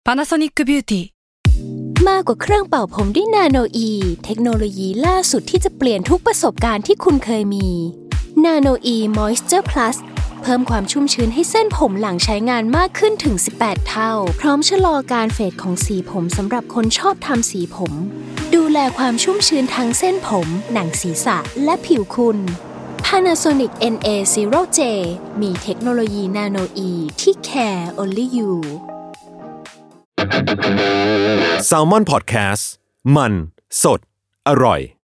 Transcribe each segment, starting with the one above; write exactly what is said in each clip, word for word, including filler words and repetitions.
Panasonic Beauty มากกว่าเครื่องเป่าผมด้วยนาโนอีเทคโนโลยีล่าสุดที่จะเปลี่ยนทุกประสบการณ์ที่คุณเคยมีนาโนอีมอยส์เจอร์พลัสเพิ่มความชุ่มชื้นให้เส้นผมหลังใช้งานมากขึ้นถึงสิบแปดเท่าพร้อมชะลอการเฟดของสีผมสำหรับคนชอบทำสีผมดูแลความชุ่มชื้นทั้งเส้นผมหนังศีรษะและผิวคุณ Panasonic เอ็น เอ ศูนย์ เจ มีเทคโนโลยีนาโนอีที่ care only you Salmon Podcast มันสดอร่อย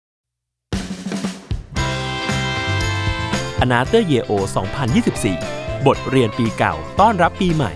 Another Year O สองพันยี่สิบสี่ บทเรียนปีเก่าต้อนรับปีใหม่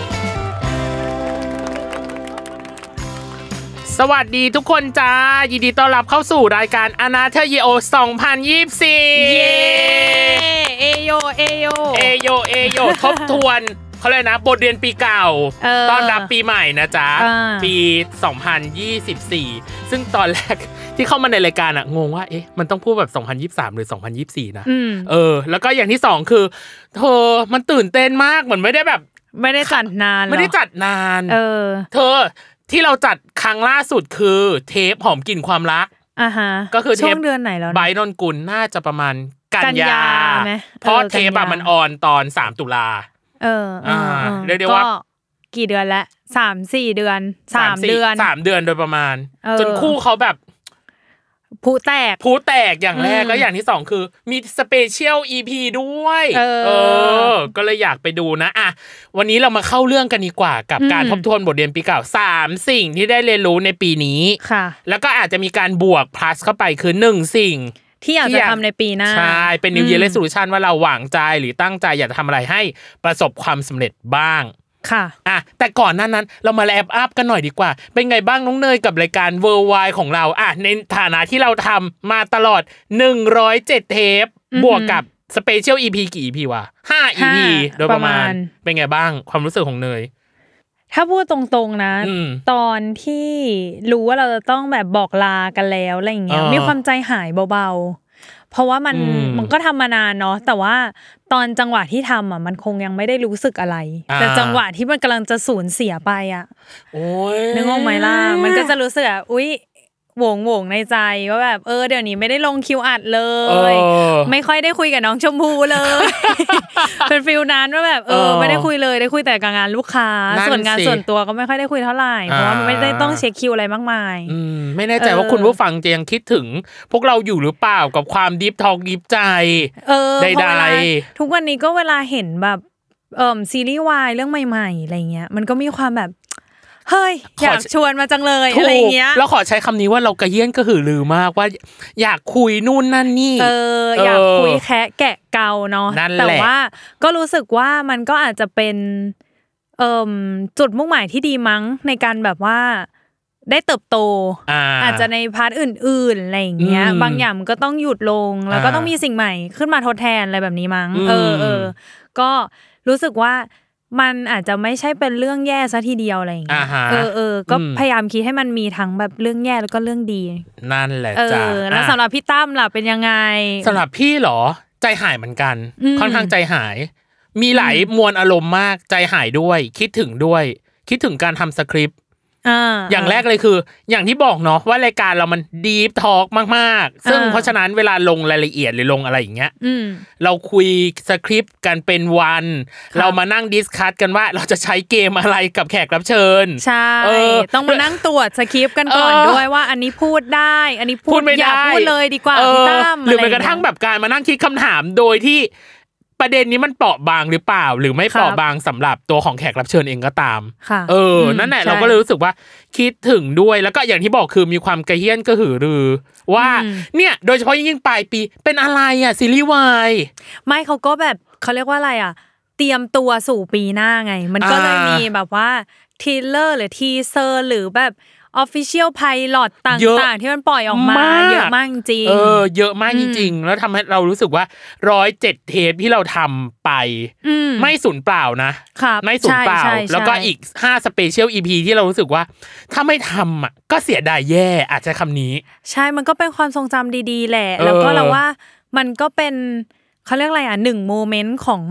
สวัสดีทุกคนจ้ายินดีต้อนรับเข้าสู่รายการ Another Year O สองพันยี่สิบสี่เย้เอโยเอโยเอโยเอโยทบทวนเขาเลยนะบทเรียนปีเก่าต้อนรับปีใหม่นะจ๊ะปีสองพันยี่สิบสี่ซึ่งตอนแรกที่เข้ามาในรายการอ่ะงงว่าเอ๊ะมันต้องพูดแบบสองพันยี่สิบสามหรือสองพันยี่สิบสี่นะเออแล้วก็อย่างที่สองคือเธอมันตื่นเต้นมากเหมือนไม่ได้แบบไม่ได้จัดนานไม่ได้จัดนานเออเธอที่เราจัดครั้งล่าสุดคือเทปหอมกลิ่นความรักอ่าฮะก็คือเทปเดือนไหนแล้วไบร์ทนนกุลน่าจะประมาณกันยาเพราะเทปมันออนตอนสามตุลาเอออ่าเรียกได้ว่ากี่เดือนแล้ว สามสี่ เดือนสามเดือนสามเดือนโดยประมาณจนคู่เขาแบบผู้แตกผู้แตกอย่างแรกแล้วอย่างที่สองคือมีสเปเชียล อี พี ด้วยเออก็เลยอยากไปดูนะอ่ะวันนี้เรามาเข้าเรื่องกันดีกว่ากับการทบทวนบทเรียนปีเก่าสามสิ่งที่ได้เรียนรู้ในปีนี้ค่ะแล้วก็อาจจะมีการบวก plus เข้าไปคือหนึ่งสิ่งที่อยากจะทำในปีหน้าใช่เป็น New Year Resolution ว่าเราหวังใจหรือตั้งใจอยากจะทำอะไรให้ประสบความสำเร็จบ้างค่ะอ่ะแต่ก่อนหน้านั้นเรามาแลปอัพกันหน่อยดีกว่าเป็นไงบ้างน้องเนยกับรายการ Worldwide ของเราอ่ะในฐานะที่เราทำมาตลอดหนึ่งร้อยเจ็ดเทปบวกกับ Special อี พี กี่ อี พี วะห้า อี พี โดยประมาณเป็นไงบ้างความรู้สึกของเนยถ้าพูดตรงๆนะตอนที่รู้ว่าเราจะต้องแบบบอกลากันแล้วอะไรอย่างเงี้ยมีความใจหายเบาๆเพราะว่ามันมันก็ทำมานานเนาะแต่ว่าตอนจังหวะที่ทำอ่ะมันคงยังไม่ได้รู้สึกอะไรแต่จังหวะที่มันกำลังจะสูญเสียไปอ่ะโอ้ยนึกออกไหมล่ะมันก็จะรู้สึกอ่ะอุ๊ยโหวงโหวงในใจว่าแบบเออเดี๋ยวนี้ไม่ได้ลงคิวอัดเลยไม่ค่อยได้คุยกับน้องชมพูเลยเป็นฟีลนั้นว่าแบบเออไม่ได้คุยเลยได้คุยแต่กับงานลูกค้าส่วนงานส่วนตัวก็ไม่ค่อยได้คุยเท่าไหร่เพราะว่ามันไม่ได้ต้องเช็คคิวอะไรมากมายไม่แน่ใจว่าคุณผู้ฟังจะยังคิดถึงพวกเราอยู่หรือเปล่ากับความดิฟทอล์กดิฟใจใดๆทุกวันนี้ก็เวลาเห็นแบบเอ่อซีรีส์วายเรื่องใหม่ๆอะไรเงี้ยมันก็มีความแบบเฮ้ยอยากชวนมาจังเลยอะไรเงี้ยแล้วขอใช้คำนี้ว่าเรากระเยี้ยนกระหือรือมากว่าอยากคุยนู่นนั่นนี่เอออยากคุยแคะแกะเกาเนาะแต่ว่าก็รู้สึกว่ามันก็อาจจะเป็นเอ่อจุดมุ่งหมายที่ดีมั้งในการแบบว่าได้เติบโต อ, อาจจะในพาร์ทอื่นๆอะไรอย่างเงี้ยบางอย่างมันก็ต้องหยุดลงแล้วก็ต้องมีสิ่งใหม่ขึ้นมาทดแทนอะไรแบบนี้มั้งเออเออก็รู้สึกว่ามันอาจจะไม่ใช่เป็นเรื่องแย่ซะทีเดียวอะไรอย่างเงี้ยเออเออก็พยายามคิดให้มันมีทั้งแบบเรื่องแย่แล้วก็เรื่องดีนั่นแหละจ้ะแล้วสำหรับพี่ตั้มล่ะเป็นยังไงสำหรับพี่เหรอใจหายเหมือนกันค่อนข้างใจหายมีหลายมวลอารมณ์มากใจหายด้วยคิดถึงด้วยคิดถึงการทำสคริปต์อย่างแรกเลยคืออย่างที่บอกเนาะว่ารายการเรามันดีฟทอล์กมากๆซึ่งเพราะฉะนั้นเวลาลงรายละเอียดหรือลงอะไรอย่างเงี้ยเราคุยสคริปต์กันเป็นวันเรามานั่งดิสคัสกันว่าเราจะใช้เกมอะไรกับแขกรับเชิญใช่ต้องมานั่งตรวจสคริปต์กันก่อนด้วยว่าอันนี้พูดได้อันนี้พูดอย่าพูดเลยดีกว่าพี่ตั้มหรือแม้กระทั่งแบบการมานั่งคิดคำถามโดยที่ประเด็นนี้มันเปราะบางหรือเปล่าหรือไม่เปราะบางสำหรับตัวของแขกรับเชิญเองก็ตามเออนั่นแหละเราก็เลยรู้สึกว่าคิดถึงด้วยแล้วก็อย่างที่บอกคือมีความกระเฮี้ยนกระหือรือว่าเนี่ยโดยเฉพาะยิ่งปลายปีเป็นอะไรอ่ะซีรีส์วายไม่เขาก็แบบเขาเรียกว่าอะไรอ่ะเตรียมตัวสู่ปีหน้าไงมันก็เลยมีแบบว่าทีเลอร์หรือทีเซอร์หรือแบบOfficial Pilot ต่างๆที่มันปล่อยออกมาเยอะมากจริงเออเยอะมากจริงๆแล้วทำให้เรารู้สึกว่าหนึ่งร้อยเจ็ดเทปที่เราทำไปไม่สูญเปล่านะไม่สูญเปล่าแล้วก็อีกห้า Special อี พี ที่เรารู้สึกว่าถ้าไม่ทำอ่ะก็เสียดายแย่อาจจะคำนี้ใช่มันก็เป็นความทรงจำดีๆแหละแล้วก็เราว่ามันก็เป็นเขาเรียกอะไรอ่ะหนึ่งโมเมนต์ของ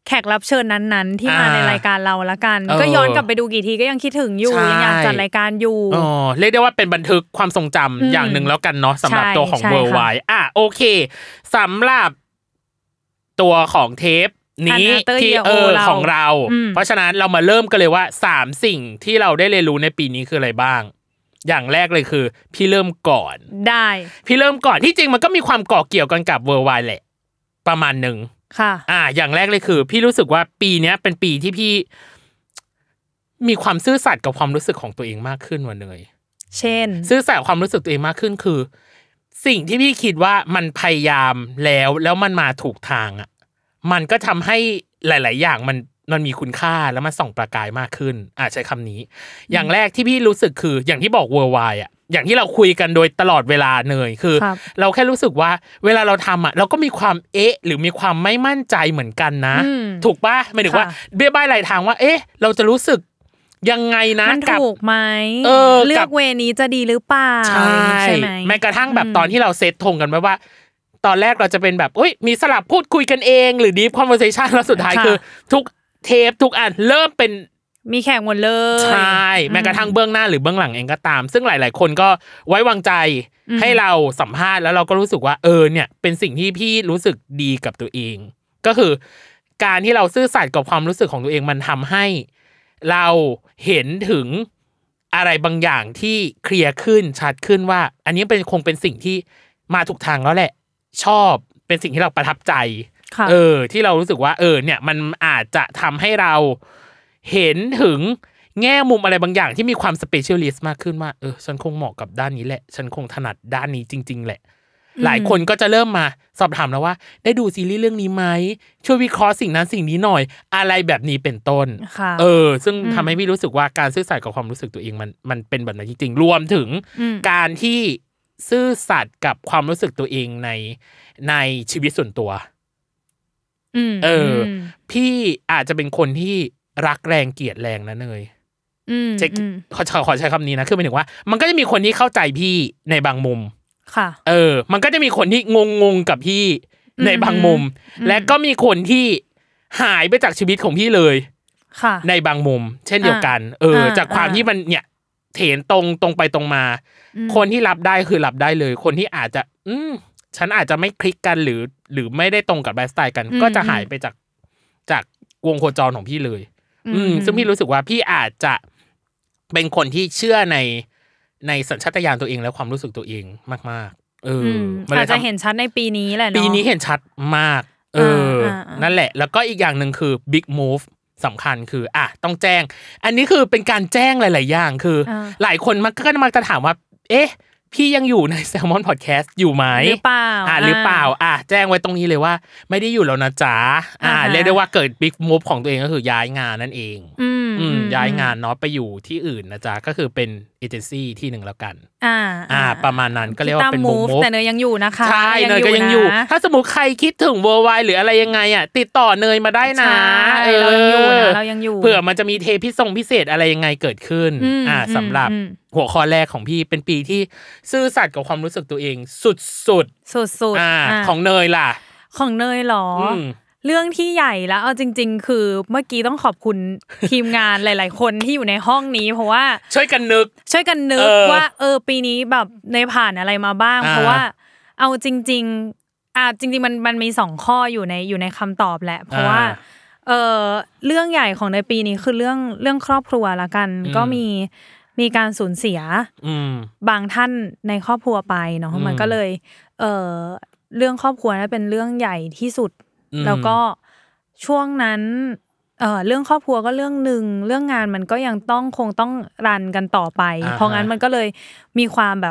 แขกรับเชิญนั้นๆที่มาในรายการเราละกันก็ย้อนกลับไปดูกี่ทีก็ยังคิดถึงอยู่ยังอยากจัดรายการอยู่อ๋อเรียกได้ว่าเป็นบันทึกความทรงจำอย่างนึงแล้วกันเนาะสำหรับตัวของ Worldwide อ่ะโอเคสำหรับตัวของเทปนี้ที่เออของเราเพราะฉะนั้นเรามาเริ่มกันเลยว่าสามสิ่งที่เราได้เรียนรู้ในปีนี้คืออะไรบ้างอย่างแรกเลยคือพี่เริ่มก่อนได้พี่เริ่มก่อนที่จริงมันก็มีความก่อเกี่ยวกันกับ Worldwide แหละประมาณนึงค่ะอ่าอย่างแรกเลยคือพี่รู้สึกว่าปีนี้เป็นปีที่พี่มีความซื่อสัตย์กับความรู้สึกของตัวเองมากขึ้นว่ะเนยเช่นซื่อสัตย์ความรู้สึกตัวเองมากขึ้นคือสิ่งที่พี่คิดว่ามันพยายามแล้วแล้วมันมาถูกทางอ่ะมันก็ทำให้หลายๆอย่างมันมันมีคุณค่าแล้วมันส่องประกายมากขึ้นอ่ะใช้คำนี้อย่างแรกที่พี่รู้สึกคืออย่างที่บอก Worldwide อ่ะอย่างที่เราคุยกันโดยตลอดเวลาเนยคือเราแค่รู้สึกว่าเวลาเราทำอ่ะเราก็มีความเอ๊ะหรือมีความไม่มั่นใจเหมือนกันนะถูกป่ะหมายถึงว่าเบี้ยบ้ายหลายทางว่าเอ๊ะเราจะรู้สึกยังไงนะมันถูกไหมเออเลือกเวนี้จะดีหรือเปล่าใช่ไหมแม้กระทั่งแบบตอนที่เราเซตธงกันไว้ว่าตอนแรกเราจะเป็นแบบเอ้ยมีสลับพูดคุยกันเองหรือ deep conversation แล้วสุดท้ายคือทุกเทปทุกอันเริ่มเป็นมีแขกหมดเลยใช่แม้กระทั่งเบื้องหน้าหรือเบื้องหลังเองก็ตามซึ่งหลายๆคนก็ไว้วางใจให้เราสัมภาษณ์แล้วเราก็รู้สึกว่าเออเนี่ยเป็นสิ่งที่พี่รู้สึกดีกับตัวเองก็คือการที่เราซื่อสัตย์กับความรู้สึกของตัวเองมันทำให้เราเห็นถึงอะไรบางอย่างที่เคลียร์ขึ้นชัดขึ้นว่าอันนี้เป็นคงเป็นสิ่งที่มาถูกทางแล้วแหละชอบเป็นสิ่งที่เราประทับใจเออที่เรารู้สึกว่าเออเนี่ยมันอาจจะทำให้เราเห็นถึงแง่มุมอะไรบางอย่างที่มีความสเปเชียลิสต์มากขึ้นว่าเออฉันคงเหมาะกับด้านนี้แหละฉันคงถนัดด้านนี้จริงๆแหละหลายคนก็จะเริ่มมาสอบถามแล้วว่าได้ดูซีรีส์เรื่องนี้ไหมช่วยวิเคราะห์สิ่งนั้นสิ่งนี้หน่อยอะไรแบบนี้เป็นต้นเออซึ่งทำให้พี่รู้สึกว่าการซื่อสัตย์กับความรู้สึกตัวเองมันมันเป็นแบบนั้นจริงๆรวมถึงการที่ซื่อสัตย์กับความรู้สึกตัวเองในในชีวิตส่วนตัวเออพี่อาจจะเป็นคนที่รักแรงเกลียดแรงนะเนยเจ๊ขอขอใช้คำนี้นะคือหมายถึงว่ามันก็จะมีคนที่เข้าใจพี่ในบางมุมค่ะเออมันก็จะมีคนที่งงงกับพี่ในบางมุมและก็มีคนที่หายไปจากชีวิตของพี่เลยค่ะในบางมุมเช่นเดียวกันเออจากความที่มันเนี่ยเถนตรงตรงไปตรงมาคนที่รับได้คือรับได้เลยคนที่อาจจะอืมฉันอาจจะไม่คลิกกันหรือหรือไม่ได้ตรงกับไลฟ์สไตล์กันก็จะหายไปจากจากวงโคจรของพี่เลยอืมซึ่งพี่รู้สึกว่าพี่อาจจะเป็นคนที่เชื่อในในสัญชาตญาณตัวเองและความรู้สึกตัวเองมากๆเออมันอาจจะเห็นชัดในปีนี้แหละเนาะปีนี้เห็นชัดมากเออนั่นแหละแล้วก็อีกอย่างนึงคือ big move สำคัญคืออ่ะต้องแจ้งอันนี้คือเป็นการแจ้งหลายๆอย่างคือหลายคนมันก็มักจะถามว่าเอ๊ะพี่ยังอยู่ใน Salmon Podcast อยู่ไหมหรือเปล่าอ่าหรือเปล่าอ่ะแจ้งไว้ตรงนี้เลยว่าไม่ได้อยู่แล้วนะจ๊ะอ่าเรียกได้ว่าเกิด big move ของตัวเองก็คือย้ายงานนั่นเองอืมอืมย้ายงานเนาะไปอยู่ที่อื่นนะจ๊ะก็คือเป็นเอเจนซี่ที่หนึ่งแล้วกันอ่าอ่าประมาณนั้นก็เรียกว่าเป็น move แต่เนยยังอยู่นะคะใช่เนยก็ยังอยู่ถ้าสมมุติใครคิดถึง Worldwide หรืออะไรยังไงอ่ะติดต่อเนยมาได้นะเออเรายังอยู่นะเรายังอยู่เผื่อมันจะมีเทปพิเศษพิเศษอะไรยังไงเกิดขึ้นอ่าสำหรับหัวข้อแรกของพี่เป็นปีที่ซื่อสัตย์กับความรู้สึกตัวเองสุดๆสุดๆอ่าของเนยล่ะของเนยหรอเรื่องที่ใหญ่แล้วเอาจริงๆคือเมื่อกี้ต้องขอบคุณทีมงานหลายๆคนที่อยู่ในห้องนี้เพราะว่าช่วยกันนึกช่วยกันนึกว่าเออปีนี้แบบในผ่านอะไรมาบ้างเพราะว่าเอาจริงๆอ่ะจริงๆมันมันมีสองข้ออยู่ในอยู่ในคำตอบแหละเพราะว่าเออเรื่องใหญ่ของในปีนี้คือเรื่องเรื่องครอบครัวละกันก็มีมีการสูญเสียบางท่านในครอบครัวไปเนาะมันก็เลยเออเรื่องครอบครัวนั้นเป็นเรื่องใหญ่ที่สุดแล้วก็ช่วงนั้นเอ่อเรื่องครอบครัวก็เรื่องนึงเรื่องงานมันก็ยังต้องคงต้องรันกันต่อไปเพราะงั้นมันก็เลยมีความแบบ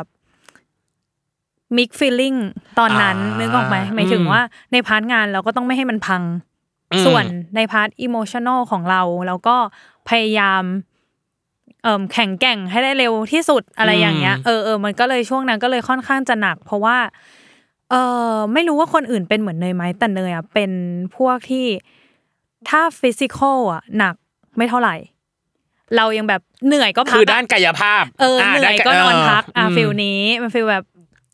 mix feeling ตอนนั้นนึกออกไหมหมายถึงว่าในพาร์ทงานเราก็ต้องไม่ให้มันพังส่วนในพาร์ท emotional ของเราเราก็พยายามเอ่อแข่งแกร่งให้ได้เร็วที่สุดอะไรอย่างเงี้ยเออเออมันก็เลยช่วงนั้นก็เลยค่อนข้างจะหนักเพราะว่าเออไม่รู้ว่าคนอื่นเป็นเหมือนเนยไหมแต่เนยอ่ะเป็นพวกที่ถ้าฟิสิคอลอ่ะหนักไม่เท่าไหร่เรายังแบบเหนื่อยก็พักคือด้านกายภาพเออเหนื่อยก็นอนพักอ่ะฟีลนี้มันฟีลแบบ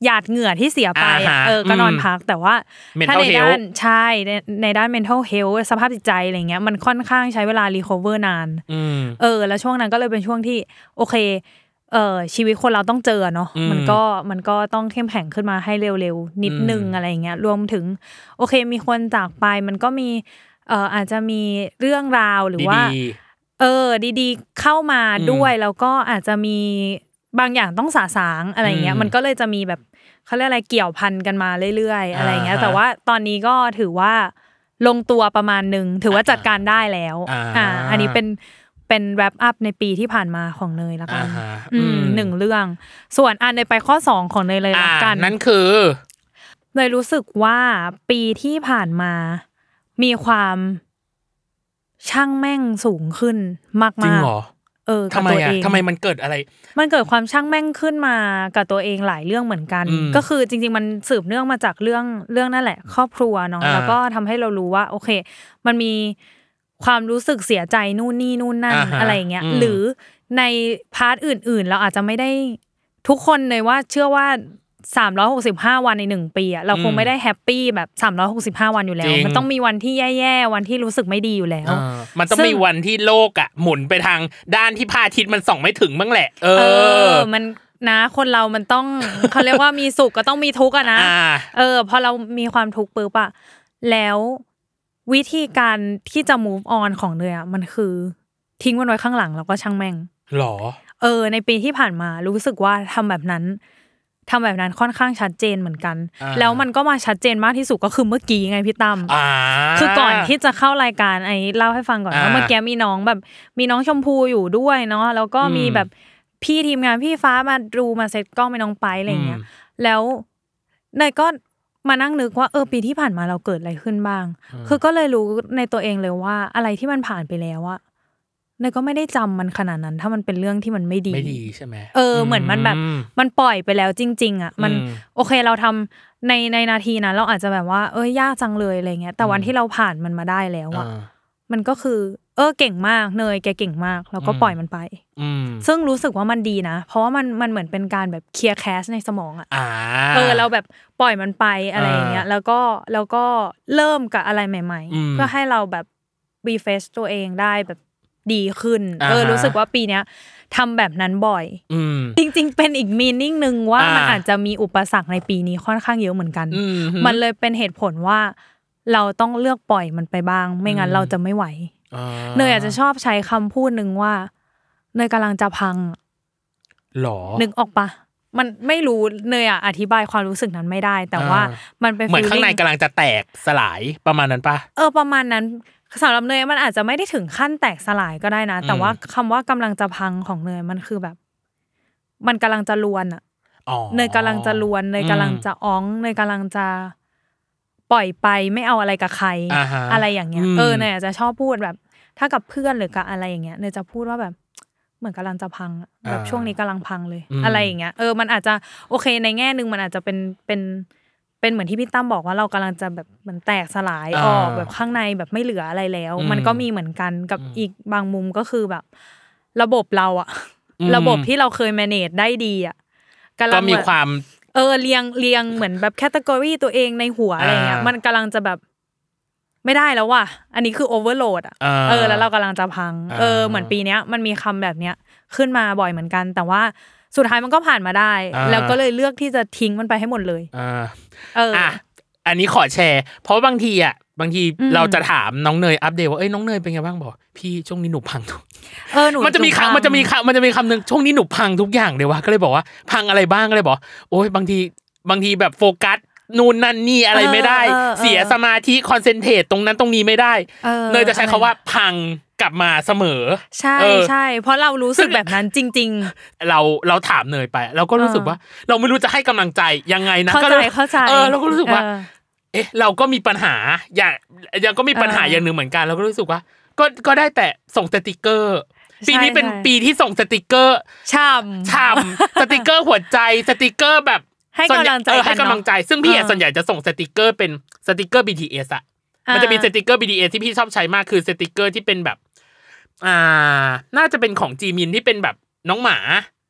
หยาดเหงื่อที่เสียไปเออก็นอนพักแต่ว่าถ้าในด้านใช่ในด้าน mental health สภาพจิตใจอะไรเงี้ยมันค่อนข้างใช้เวลา recover นานเออแล้วช่วงนั้นก็เลยเป็นช่วงที่โอเคเอ่อชีวิตคนเราต้องเจอเนาะมันก็มันก็ต้องเข้มแข็งขึ้นมาให้เร็วๆนิดนึงอะไรเงี้ยรวมถึงโอเคมีคนจากไปมันก็มีเอ่ออาจจะมีเรื่องราวหรือว่าเออดีๆเข้ามาด้วยแล้วก็อาจจะมีบางอย่างต้องสะสางอะไรเงี้ยมันก็เลยจะมีแบบเขาเรียกอะไรเกี่ยวพันกันมาเรื่อยๆอะไรเงี้ยแต่ว่าตอนนี้ก็ถือว่าลงตัวประมาณนึงถือว่าจัดการได้แล้วอ่าอันนี้เป็นเป็นแรปอัพในปีที่ผ่านมาของเนยละกันอืมหนึ่งเรื่องส่วนอันเนยไปข้อสองของเนยเลยละกันนั่นคือเนยรู้สึกว่าปีที่ผ่านมามีความช่างแม่งสูงขึ้นมากๆจริงเหรอเออทำไมอ่ะทำไมมันเกิดอะไรมันเกิดความช่างแม่งขึ้นมากับตัวเองหลายเรื่องเหมือนกันก็คือจริงๆมันสืบเนื่องมาจากเรื่องเรื่องนั่นแหละครอบครัวเนาะแล้วก็ทำให้เรารู้ว่าโอเคมันมีความรู้สึกเสียใจนู่นนี่นู่นนั่นอะไรอย่างเงี้ยหรือในพาร์ทอื่นๆเราอาจจะไม่ได้ทุกคนเลยว่าเชื่อว่าสามร้อยหกสิบห้าวันในหนึ่งปีอ่ะเราคงไม่ได้แฮปปี้แบบสามร้อยหกสิบห้าวันอยู่แล้วมันต้องมีวันที่แย่ๆวันที่รู้สึกไม่ดีอยู่แล้วมันต้องมีวันที่โลกอ่ะหมุนไปทางด้านที่พระอาทิตย์มันส่องไม่ถึงบ้างแหละเออมันนะคนเรามันต้องเขาเรียกว่ามีสุขก็ต้องมีทุกข์อ่ะนะเออพอเรามีความทุกข์ปึ๊บอ่ะแล้ววิธีการที่จะ move on ของเนยอ่ะมันคือทิ้งมันไว้ข้างหลังแล้วก็ช่างแม่งหรอเออในปีที่ผ่านมารู้สึกว่าทำแบบนั้นทำแบบนั้นค่อนข้างชัดเจนเหมือนกันแล้วมันก็มาชัดเจนมากที่สุดก็คือเมื่อกี้ไงพี่ตั้มคือก่อนที่จะเข้ารายการไอ้เล่าให้ฟังก่อนว่าเมื่อกี้มีน้องแบบมีน้องชมพูอยู่ด้วยเนาะแล้วก็มีแบบพี่ทีมงานพี่ฟ้ามาดูมาเซตกล้องไปน้องไปอะไรเงี้ยแล้วเนยก็มานั่งนึกว่าเออปีที่ผ่านมาเราเกิดอะไรขึ้นบ้างคือก็เลยรู้ในตัวเองเลยว่าอะไรที่มันผ่านไปแล้วอะเนยก็ไม่ได้จำมันขนาดนั้นถ้ามันเป็นเรื่องที่มันไม่ดีไม่ดีใช่ไหมเออเหมือนมันแบบมันปล่อยไปแล้วจริงๆอ่ะมันโอเคเราทำในในนาทีนั้นเราอาจจะแบบว่าเอ้ยยากจังเลยอะไรเงี้ยแต่วันที่เราผ่านมันมาได้แล้วอ่ะมันก็คือเออเก่งมากเนยแกเก่งมากแล้วก็ปล่อยมันไปซึ่งรู้สึกว่ามันดีนะเพราะว่ามันมันเหมือนเป็นการแบบเคลียร์แคชในสมองอ่ะเออเราแบบปล่อยมันไปอะไรอย่างเงี้ยแล้วก็แล้วก็เริ่มกับอะไรใหม่ๆเพื่อให้เราแบบรีเฟรชตัวเองได้แบบดีขึ้นเออรู้สึกว่าปีเนี้ยทำแบบนั้นบ่อยจริงๆเป็นอีกมีนิ่งนึงว่ามันอาจจะมีอุปสรรคในปีนี้ค่อนข้างเยอะเหมือนกันมันเลยเป็นเหตุผลว่าเราต้องเลือกปล่อยมันไปบ้างไม่งั้นเราจะไม่ไหวเนยอาจจะชอบใช้คำพูดนึงว่าเนยกำลังจะพังหรอนึกออกปะมันไม่รู้เนยอ่ะอธิบายความรู้สึกนั้นไม่ได้แต่ว่ามันเป็นเหมือนข้างในกำลังจะแตกสลายประมาณนั้นปะเออประมาณนั้นสำหรับเนยมันอาจจะไม่ได้ถึงขั้นแตกสลายก็ได้นะแต่ว่าคำว่ากำลังจะพังของเนยมันคือแบบมันกำลังจะลวนอ่ะเนยกำลังจะลวนเนยกำลังจะอ้องเนยกำลังจะปล่อยไปไม่เอาอะไรกับใครอะไรอย่างเงี้ยเออเนยอาจจะชอบพูดแบบถ้ากับเพื่อนหรือกับอะไรอย่างเงี้ยเนยจะพูดว่าแบบเหมือนกำลังจะพังแบบช่วงนี้กำลังพังเลยอะไรอย่างเงี้ยเออมันอาจจะโอเคในแง่นึงมันอาจจะเป็นเป็นเป็นเหมือนที่พี่ตั้มบอกว่าเรากำลังจะแบบเหมือนแตกสลายออกแบบข้างในแบบไม่เหลืออะไรแล้วมันก็มีเหมือนกันกับอีกบางมุมก็คือแบบระบบเราอะระบบที่เราเคย manage ได้ดีอะก็มีความเออเรียงเรียงเหมือนแบบแคตตากรีตัวเองในหัวอะไรเงี้ยมันกำลังจะแบบไม่ได้แล้วว่ะอันนี้คือโอเวอร์โหลดอ่ะเออแล้วเรากำลังจะพังเออเหมือนปีเนี้ยมันมีคำแบบเนี้ยขึ้นมาบ่อยเหมือนกันแต่ว่าสุดท้ายมันก็ผ่านมาได้แล้วก็เลยเลือกที่จะทิ้งมันไปให้หมดเลยเอออ่ะอันนี้ขอแชร์เพราะบางทีอ่ะบางทีเราจะถามน้องเนยอัปเดตว่าเอ้ยน้องเนยเป็นไงบ้างบอกพี่ช่วงนี้หนูพังทุกเออหนูมันจะมีคำมันจะมีคำมันจะมีคำนึงช่วงนี้หนูพังทุกอย่างเลยว่ะก็เลยบอกว่าพังอะไรบ้างก็เลยบอกโอ้ยบางทีบางทีแบบโฟกัสนู่นนั่นนี่อะไรไม่ได้เสียสมาธิคอนเซนเทรตตรงนั้นตรงนี้ไม่ได้เนยจะใช้คำว่าพังกลับมาเสมอใช่ใช่เพราะเรารู้สึกแบบนั้นจริงๆเราเราถามเนยไปเราก็รู้สึกว่าเราไม่รู้จะให้กำลังใจยังไงนะก็เลยเข้าใจเออเราก็รู้สึกว่าเอ๊ะเราก็มีปัญหาอย่างยังก็มีปัญหาอย่างนึงเหมือนกันเราก็รู้สึกว่าก็ก็ได้แต่ส่งสติกเกอร์ปีนี้เป็นปีที่ส่งสติกเกอร์ช่ำช่ำสติกเกอร์หัวใจสติกเกอร์แบบให้กำลังใจให้กำลังใจซึ่งพี่ส่วนใหญ่จะส่งสติกเกอร์เป็นสติกเกอร์ บี ที เอส อ่ะมันจะมีสติกเกอร์ บี ที เอส ที่พี่ชอบใช้มากคือสติกเกอร์ที่เป็นแบบอ่าน่าจะเป็นของจีมินที่เป็นแบบน้องหมา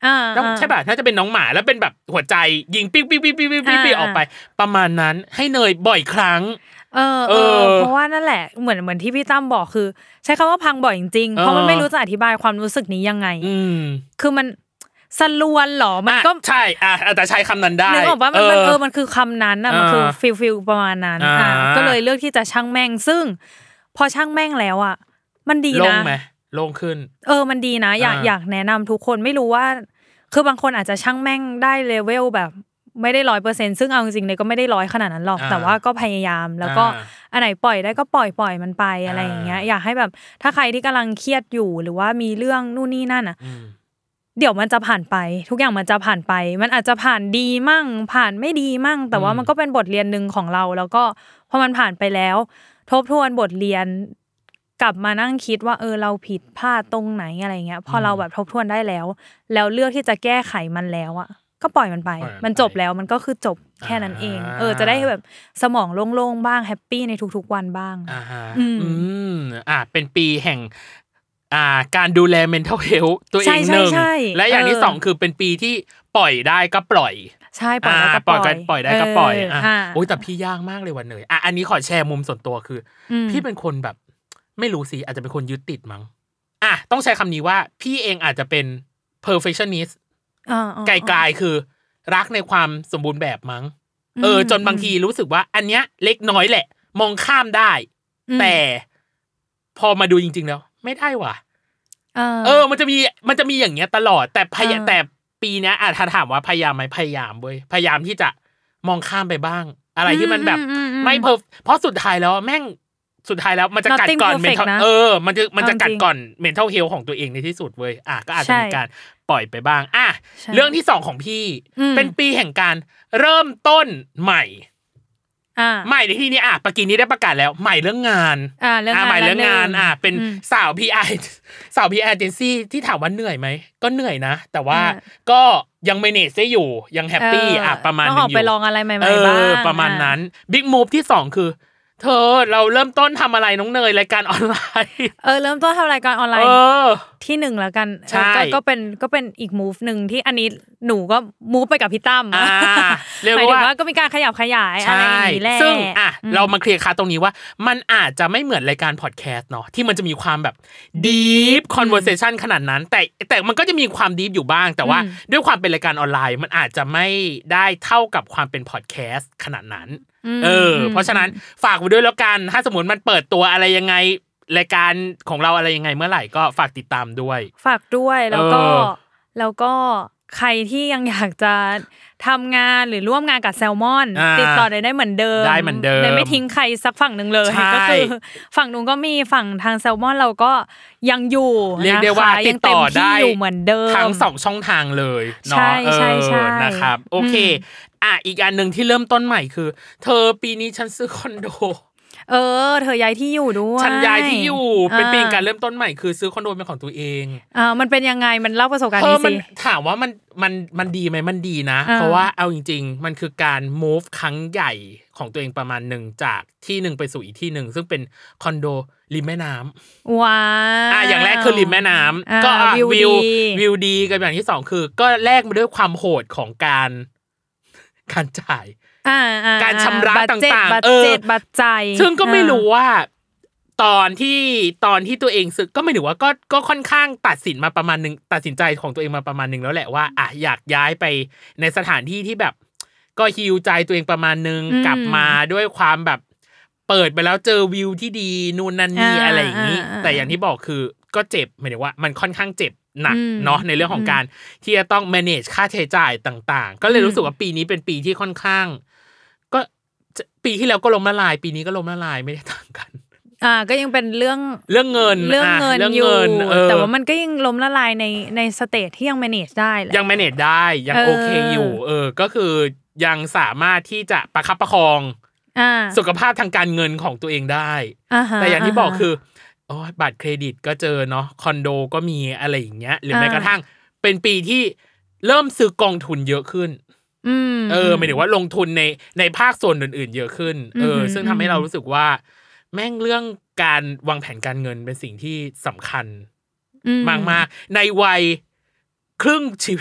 ใช่ป่ะถ้าจะเป็นน้องหมาแล้วเป็นแบบหัวใจยิงปิ๊กปิ๊กปิ๊กปิ๊กปิ๊กออกไปประมาณนั้นให้เนยบ่อยครั้งเออเออเพราะว่านั่นแหละเหมือนเหมือนที่พี่ตั้มบอกคือใช้คำว่าพังบ่อยจริงๆเพราะมันไม่รู้จะอธิบายความรู้สึกนี้ยังไงคือมันสลวนหรอมันก็ใช่อ่ะแต่ใช้คำนั้นได้นึกออกว่ามันเออมันคือคำนั้นอ่ะมันคือฟิลฟิลประมาณนั้นอ่ะก็เลยเลือกที่จะช่างแม่งซึ่งพอช่างแม่งแล้วอ่ะมันดีนะโล่งไหมโล่งขึ้นเออมันดีนะอยากอยากแนะนำทุกคนไม่รู้ว่าคือบางคนอาจจะช่างแม่งได้เลเวลแบบไม่ได้ร้อยเปอร์เซ็นต์ซึ่งเอาจริงๆเลยก็ไม่ได้ร้อยขนาดนั้นหรอกแต่ว่าก็พยายามแล้วก็อันไหนปล่อยได้ก็ปล่อยปล่อยมันไปอะไรอย่างเงี้ยอยากให้แบบถ้าใครที่กำลังเครียดอยู่หรือว่ามีเรื่องนู่นนี่นั่นอ่ะเดี๋ยวมันจะผ่านไปทุกอย่างมันจะผ่านไปมันอาจจะผ่านดีมั่งผ่านไม่ดีมั่งแต่ว่ามันก็เป็นบทเรียนนึงของเราแล้วก็พอมันผ่านไปแล้วทบทวนบทเรียนกลับมานั่งคิดว่าเออเราผิดพลาดตรงไหนอะไรเงี้ยพอเราแบบทบทวนได้แล้วแล้วเลือกที่จะแก้ไขมันแล้วอ่ะก็ปล่อยมันไปมันจบแล้วมันก็คือจบแค่นั้นเองเออจะได้แบบสมองโล่งๆบ้างแฮปปี้ในทุกๆวันบ้างอ่าฮะอืมอ่ะเป็นปีแห่งอ่าการดูแล mental health ตัวเองหนึ่งและอย่างที่สองคือเป็นปีที่ปล่อยได้ก็ปล่อยใช่ปล่อยได้ก็ปล่อยปล่อยได้ก็ปล่อยอ่ะโอ้ยแต่พี่ยากมากเลยวันเนยอ่ะอันนี้ขอแชร์มุมส่วนตัวคือพี่เป็นคนแบบไม่รู้สิอาจจะเป็นคนยึดติดมั้งอ่ะต้องใช้คำนี้ว่าพี่เองอาจจะเป็น perfectionist ไกลๆคือรักในความสมบูรณ์แบบมั้งเออจนบางทีรู้สึกว่าอันเนี้ยเล็กน้อยแหละมองข้ามได้แต่พอมาดูจริงๆแล้วไม่ได้ว่ะเออมันจะมีมันจะมีอย่างเงี้ยตลอดแต่พยแต่ปีเนี้ยอ่ะถ้าถามว่าพยายามไหมพยายามเว้ยพยายามที่จะมองข้ามไปบ้างอะไรที่มันแบบไม่เพอเพราะสุดท้ายแล้วแม่งสุดท้ายแล้วมันจะกัดก่อน mental เออมันจะมันจะกัดก่อน mental health ของตัวเองในที่สุดเว้ยอ่ะก็อาจจะมีการปล่อยไปบ้างอ่ะเรื่องที่สองของพี่เป็นปีแห่งการเริ่มต้นใหม่อ่าใหม่ในที่นี้อ่ะปกีนี้ได้ประกาศแล้วใหม่เรื่องงานอ่าเรื่องงานใหม่เรื่องงานอ่ะเป็นสาว พี อาร์ สาว พี อาร์ agency ที่ถามว่าเหนื่อยไหมก็เหนื่อยนะแต่ว่าก็ยัง manage ได้อยู่ยังแฮปปี้อ่ะประมาณนึงอยู่ต้องออกไปลองอะไรใหม่ๆบ้างประมาณนั้น big move ที่สองคือเธอเราเริ่มต้นทำอะไรน้องเนยรายการออนไลน์เออเริ่มต้นทำรายการออนไลน์ที่หนึ่งแล้วกันก็ก็เป็นก็เป็นอีก move นึงที่อันนี้หนูก็ move ไปกับพี่ตั้มหมายถึงว่าก็มีการขยับขยายอะไรอย่างนี้แหละซึ่งอ่ะเรามาเคลียร์คาตรงนี้ว่ามันอาจจะไม่เหมือนรายการพอดแคสต์เนาะที่มันจะมีความแบบ deep conversation ขนาดนั้นแต่แต่มันก็จะมีความ deep อยู่บ้างแต่ว่าด้วยความเป็นรายการออนไลน์มันอาจจะไม่ได้เท่ากับความเป็นพอดแคสต์ขนาดนั้นเออเพราะฉะนั้นฝากไว้ด้วยแล้วกันถ้าสมมติมันเปิดตัวอะไรยังไงรายการของเราอะไรยังไงเมื่อไหร่ก็ฝากติดตามด้วยฝากด้วยแล้วก็แล้วก็ใครที่ยังอยากจะทำงานหรือร่วมงานกับแซลมอนติดต่อได้ได้เหมือนเดิมได้เหมือนเดิมไม่ทิ้งใครสักฝั่งนึงเลยก็คือฝั่งนู้นก็มีฝั่งทางแซลมอนเราก็ยังอยู่เรียกได้ว่าติดต่อได้อยู่เหมือนเดิมทั้งสองช่องทางเลยเนาะเออนะครับโอเคอ่ะอีกอันนึงที่เริ่มต้นใหม่คือเธอปีนี้ฉันซื้อคอนโดเออเธอย้ายที่อยู่ด้วยฉันย้ายที่อยู่เป็นปีการเริ่มต้นใหม่คือซื้อคอนโดเป็นของตัวเองอ่ามันเป็นยังไงมันเล่าประสบการณ์นี้สิถามว่ามันมันมันดีไหมมันดีนะเพราะว่าเอาจริงๆมันคือการ move ครั้งใหญ่ของตัวเองประมาณนึงจากที่นึงไปสู่อีกที่นึงซึ่งเป็นคอนโดริมแม่น้ำว้าวอ่ะอย่างแรกคือริมแม่น้ำก็วิววิวดีกับอย่างที่สองคือก็แลกมาด้วยความโหดของการการจ่ายการชำระต่างๆเออบัตรจ่ายซึ่งก็ไม่รู้ว่าตอนที่ตอนที่ตัวเองสึกก็ไม่ถือว่าก็ก็ค่อนข้างตัดสินมาประมาณนึงตัดสินใจของตัวเองมาประมาณนึงแล้วแหละว่าอ่ะอยากย้ายไปในสถานที่ที่แบบก็ฮีลใจตัวเองประมาณนึงกลับมาด้วยความแบบเปิดไปแล้วเจอวิวที่ดีนู่นนั่นนี่อะไรอย่างนี้แต่อย่างที่บอกคือก็เจ็บหมายถึงว่ามันค่อนข้างเจ็บหนักเนาะในเรื่องของการที่จะต้อง manage ค่าใช้จ่ายต่างๆก็เลยรู้สึกว่าปีนี้เป็นปีที่ค่อนข้างก็ปีที่แล้วก็ล้มละลายปีนี้ก็ล้มละลายไม่ได้ต่างกันอ่าก็ยังเป็นเรื่องเรื่องเงินเรื่องเงินอยู่แต่ว่ามันก็ยังล้มละลายในในสเตจที่ยัง manage ได้แหละยัง manage ได้ยังโอเคอยู่เออก็คือยังสามารถที่จะประคับประคองสุขภาพทางการเงินของตัวเองได้แต่อย่างที่บอกคือโอ้บัตรเครดิตก็เจอเนาะคอนโดก็มีอะไรอย่างเงี้ยหรือแม้กระทั่งเป็นปีที่เริ่มซื้อกองทุนเยอะขึ้นเออหมายถึงว่าลงทุนในในภาคส่วนอื่นๆเยอะขึ้นเออซึ่งทำให้เรารู้สึกว่าแม่งเรื่องการวางแผนการเงินเป็นสิ่งที่สำคัญมากๆในวัยครึ่งชีวิต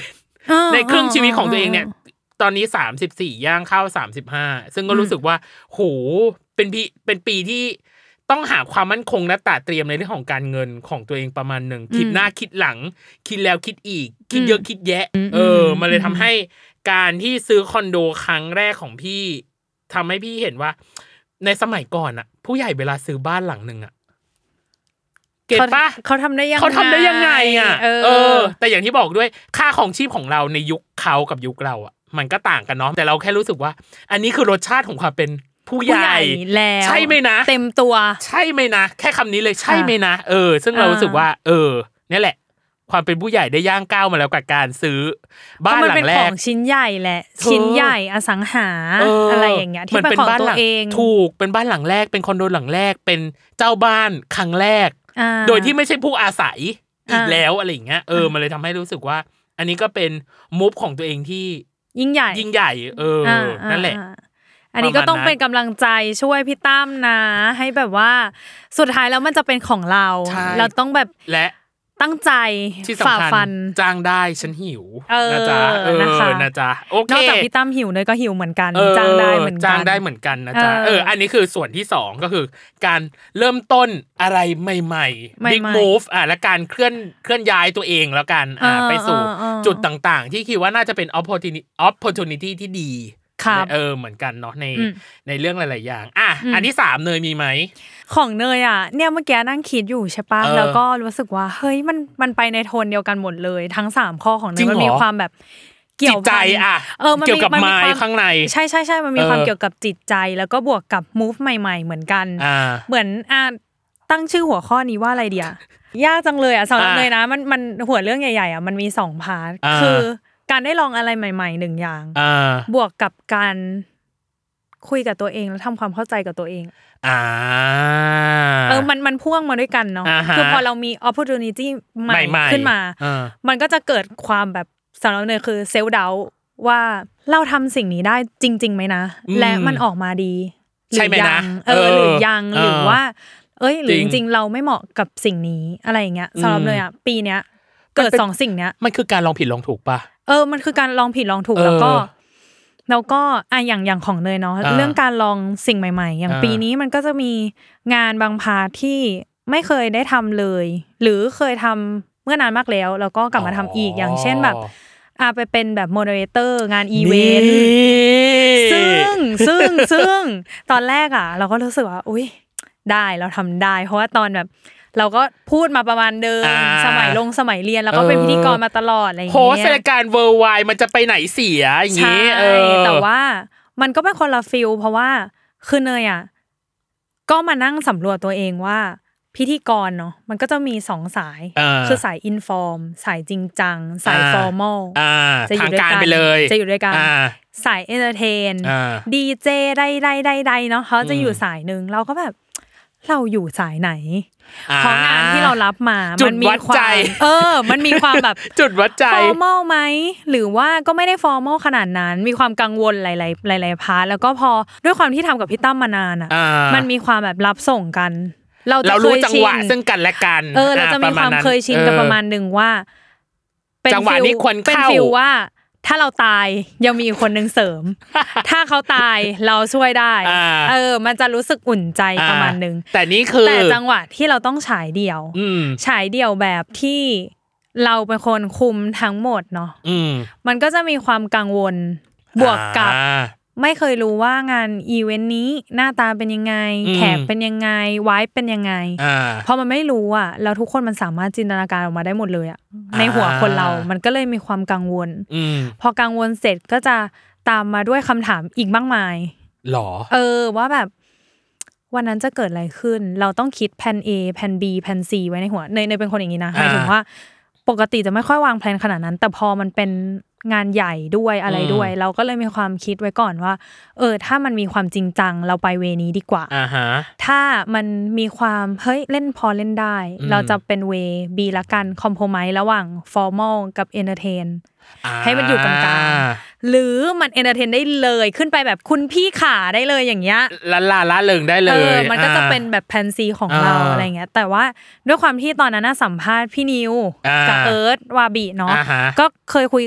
ในครึ่งชีวิตของตัวเองเนี่ยตอนนี้สามสิบสี่ย่างเข้าสามสิบห้าซึ่งก็รู้สึกว่าโหเป็นปีเป็นปีที่ต้องหาความมั่นคงและตระเตรียมในเรื่องของการเงินของตัวเองประมาณหนึ่งคิดหน้าคิดหลังคิดแล้วคิดอีกคิดเยอะคิดแยะเออมันเลยทำให้การที่ซื้อคอนโดครั้งแรกของพี่ทำให้พี่เห็นว่าในสมัยก่อนอะผู้ใหญ่เวลาซื้อบ้านหลังนึงอะเก็ตปะเขาทำได้ยังไงเขาทำได้ยังไงอ่ะเออแต่อย่างที่บอกด้วยค่าของชีพของเราในยุคเขากับยุคเราอ่ะมันก็ต่างกันเนาะแต่เราแค่รู้สึกว่าอันนี้คือรสชาติของความเป็นผู้ใหญ่แล้วใช่ไหมนะเต็มตัวใช่ไหมนะแค่คำนี้เลยใช่ไหมนะเออซึ่งเรารู้สึกว่าเออนี่แหละความเป็นผู้ใหญ่ได้ย่างก้าวมาแล้วกับการซื้อบ้านหลังแรกมันเป็นของชิ้นใหญ่แหละชิ้นใหญ่อสังหาอะไรอย่างเงี้ยที่เป็นของตัวเองถูกเป็นบ้านหลังแรกเป็นคอนโดหลังแรกเป็นเจ้าบ้านครั้งแรกโดยที่ไม่ใช่ผู้อาศัยอีกแล้วอะไรอย่างเงี้ยเออมันเลยทำให้รู้สึกว่าอันนี้ก็เป็นมูฟของตัวเองที่ยิ่งใหญ่ยิ่งใหญ่เออนั่นแหละอันนี้ก็ต้องเป็นกำลังใจช่วยพี่ตั้มนะให้แบบว่าสุดท้ายแล้วมันจะเป็นของเราเราต้องแบบและตั้งใจฝ่าฟันจ้างได้ฉันหิวนะจ๊ะเออนะจ๊ะโอเคนอกจากพี่ตั้มหิวเนยก็หิวเหมือนกันจ้างได้เหมือนกันจ้างได้เหมือนกันนะจ๊ะเอออันนี้คือส่วนที่สองก็คือการเริ่มต้นอะไรใหม่ๆ big move อ่ะและการเคลื่อนเคลื่อนย้ายตัวเองแล้วกันอ่ะไปสู่จุดต่างๆที่คิดว่าน่าจะเป็น opportunity opportunity ที่ดีเออเหมือนกันเนาะในในเรื่องหลายๆอย่างอ่ะอันที่สามเนยมีไหมของเนยอ่ะเนี่ยเมื่อกี้นั่งคิดอยู่ใช่ปะแล้วก็รู้สึกว่าเฮ้ยมันมันไปในโทนเดียวกันหมดเลยทั้งสามข้อของเนยมันมีความแบบเกี่ยวใจอ่ะเออเกี่ยวกับไม้ข้างในใช่ๆๆมันมีความเกี่ยวกับจิตใจแล้วก็บวกกับ move ใหม่ๆเหมือนกันเหมือนอ่ะตั้งชื่อหัวข้อนี้ว่าอะไรดีอ่ะยากจังเลยอ่ะสำหรับเนยนะมันมันหัวเรื่องใหญ่ๆอ่ะมันมีสองพาร์ทคือการได้ลองอะไรใหม่ๆหนึ่งอย่างบวกกับการคุยกับตัวเองแล้วทำความเข้าใจกับตัวเองอ่าเออมันมันพ่วงมาด้วยกันเนาะคือพอเรามี opportunity ใหม่ขึ้นมามันก็จะเกิดความแบบสำหรับเนยคือ self doubt ว่าเราทำสิ่งนี้ได้จริงๆไหมนะและมันออกมาดีใช่ไหมนะเออหรือยังหรือว่าเอ้ยหรือจริงๆเราไม่เหมาะกับสิ่งนี้อะไรอย่างเงี้ยสำหรับเนยอ่ะปีเนี้ยเกิดสองสิ่งเนี้ยมันคือการลองผิดลองถูกป่ะเออมันคือการลองผิดลองถูกแล้วก็แล้วก็อ่ะอย่างอย่างของเนยเนาะเรื่องการลองสิ่งใหม่ๆอย่างปีนี้มันก็จะมีงานบางพาร์ทที่ไม่เคยได้ทำเลยหรือเคยทำเมื่อนานมากแล้วแล้วก็กลับมาทำอีกอย่างเช่นแบบอ่ะไปเป็นแบบโมเดเลเตอร์งานอีเวนต์ซึ่งซึ่งซึ่งตอนแรกอ่ะเราก็รู้สึกว่าอุ๊ยได้เราทำได้เพราะว่าตอนแบบเราก็พูดมาประมาณเดิมสมัยลงสมัยเรียนแล้วก็เป็นพิธีกรมาตลอดอะไรอย่างเงี้ยโหรายการ Worldwide มันจะไปไหนเสียอย่างงี้เออแต่ว่ามันก็เป็นคนละฟีลเพราะว่าคือเนยอ่ะก็มานั่งสำรวจตัวเองว่าพิธีกรเนาะมันก็จะมีสองสายคือสายอินฟอร์มสายจริงจังสายฟอร์มอลจะอยู่ด้วยกันจะอยู่ด้วยกันสายเอนเตอร์เทนดีเจได้ๆๆๆเนาะเขาจะอยู่สายนึงเราก็แบบเราอยู่สายไหนเพราะงานที่เรารับมามันมีความเออมันมีความแบบจุดวัดใจฟอร์มอลไหมหรือว่าก็ไม่ได้ฟอร์มอลขนาดนั้นมีความกังวลหลายๆหลายๆพาร์ทแล้วก็พอด้วยความที่ทำกับพี่ตั้มมานานอ่ะมันมีความแบบรับส่งกันเราจะรู้จังหวะซึ่งกันและกันเออเราจะมีความเคยชินกันประมาณนึงว่าจังหวะนี้ควรเข้าเป็นฟีลว่าถ้าเราตายยังมีคนนึงเสริมถ้าเขาตายเราช่วยได้เออมันจะรู้สึกอุ่นใจประมาณนึงแต่นี่คือแต่จังหวะที่เราต้องฉายเดี่ยวฉายเดี่ยวแบบที่เราเป็นคนคุมทั้งหมดเนาะมันก็จะมีความกังวลบวกกับไม่เคยรู้ว่างานอีเวนต์นี้หน้าตาเป็นยังไงแขกเป็นยังไงไวฟ์เป็นยังไงพอมันไม่รู้อ่ะแล้วทุกคนมันสามารถจินตนาการออกมาได้หมดเลยอ่ะในหัวคนเรามันก็เลยมีความกังวลพอกังวลเสร็จก็จะตามมาด้วยคำถามอีกมากมายหรอเออว่าแบบวันนั้นจะเกิดอะไรขึ้นเราต้องคิดแผน A แผน B แผน C ไว้ในหัวเนยเนยเป็นคนอย่างนี้นะหมายถึงว่าปกติจะไม่ค่อยวางแผนขนาดนั้นแต่พอมันเป็นงานใหญ่ด้วยอะไรด้วยเราก็เลยมีความคิดไว้ก่อนว่าเออถ้ามันมีความจริงจังเราไปเวนี้ดีกว่าอ่าฮะถ้ามันมีความเฮ้ยเล่นพอเล่นได้เราจะเป็นเว B ละกันคอมโพรไมซ์ระหว่างฟอร์มอลกับเอนเตอร์เทนให้มันอยู่กลางๆหรือมันเอนเตอร์เทนได้เลยขึ้นไปแบบคุณพี่ขาได้เลยอย่างเงี้ยละลาละเลิงได้เลยเออมันก็จะเป็นแบบแพนซีของเราอะไรเงี้ยแต่ว่าด้วยความที่ตอนนั้นน่ะสัมภาษณ์พี่นิวกับเอิร์ธวาบิเนาะก็เคยคุยกันมาอยู่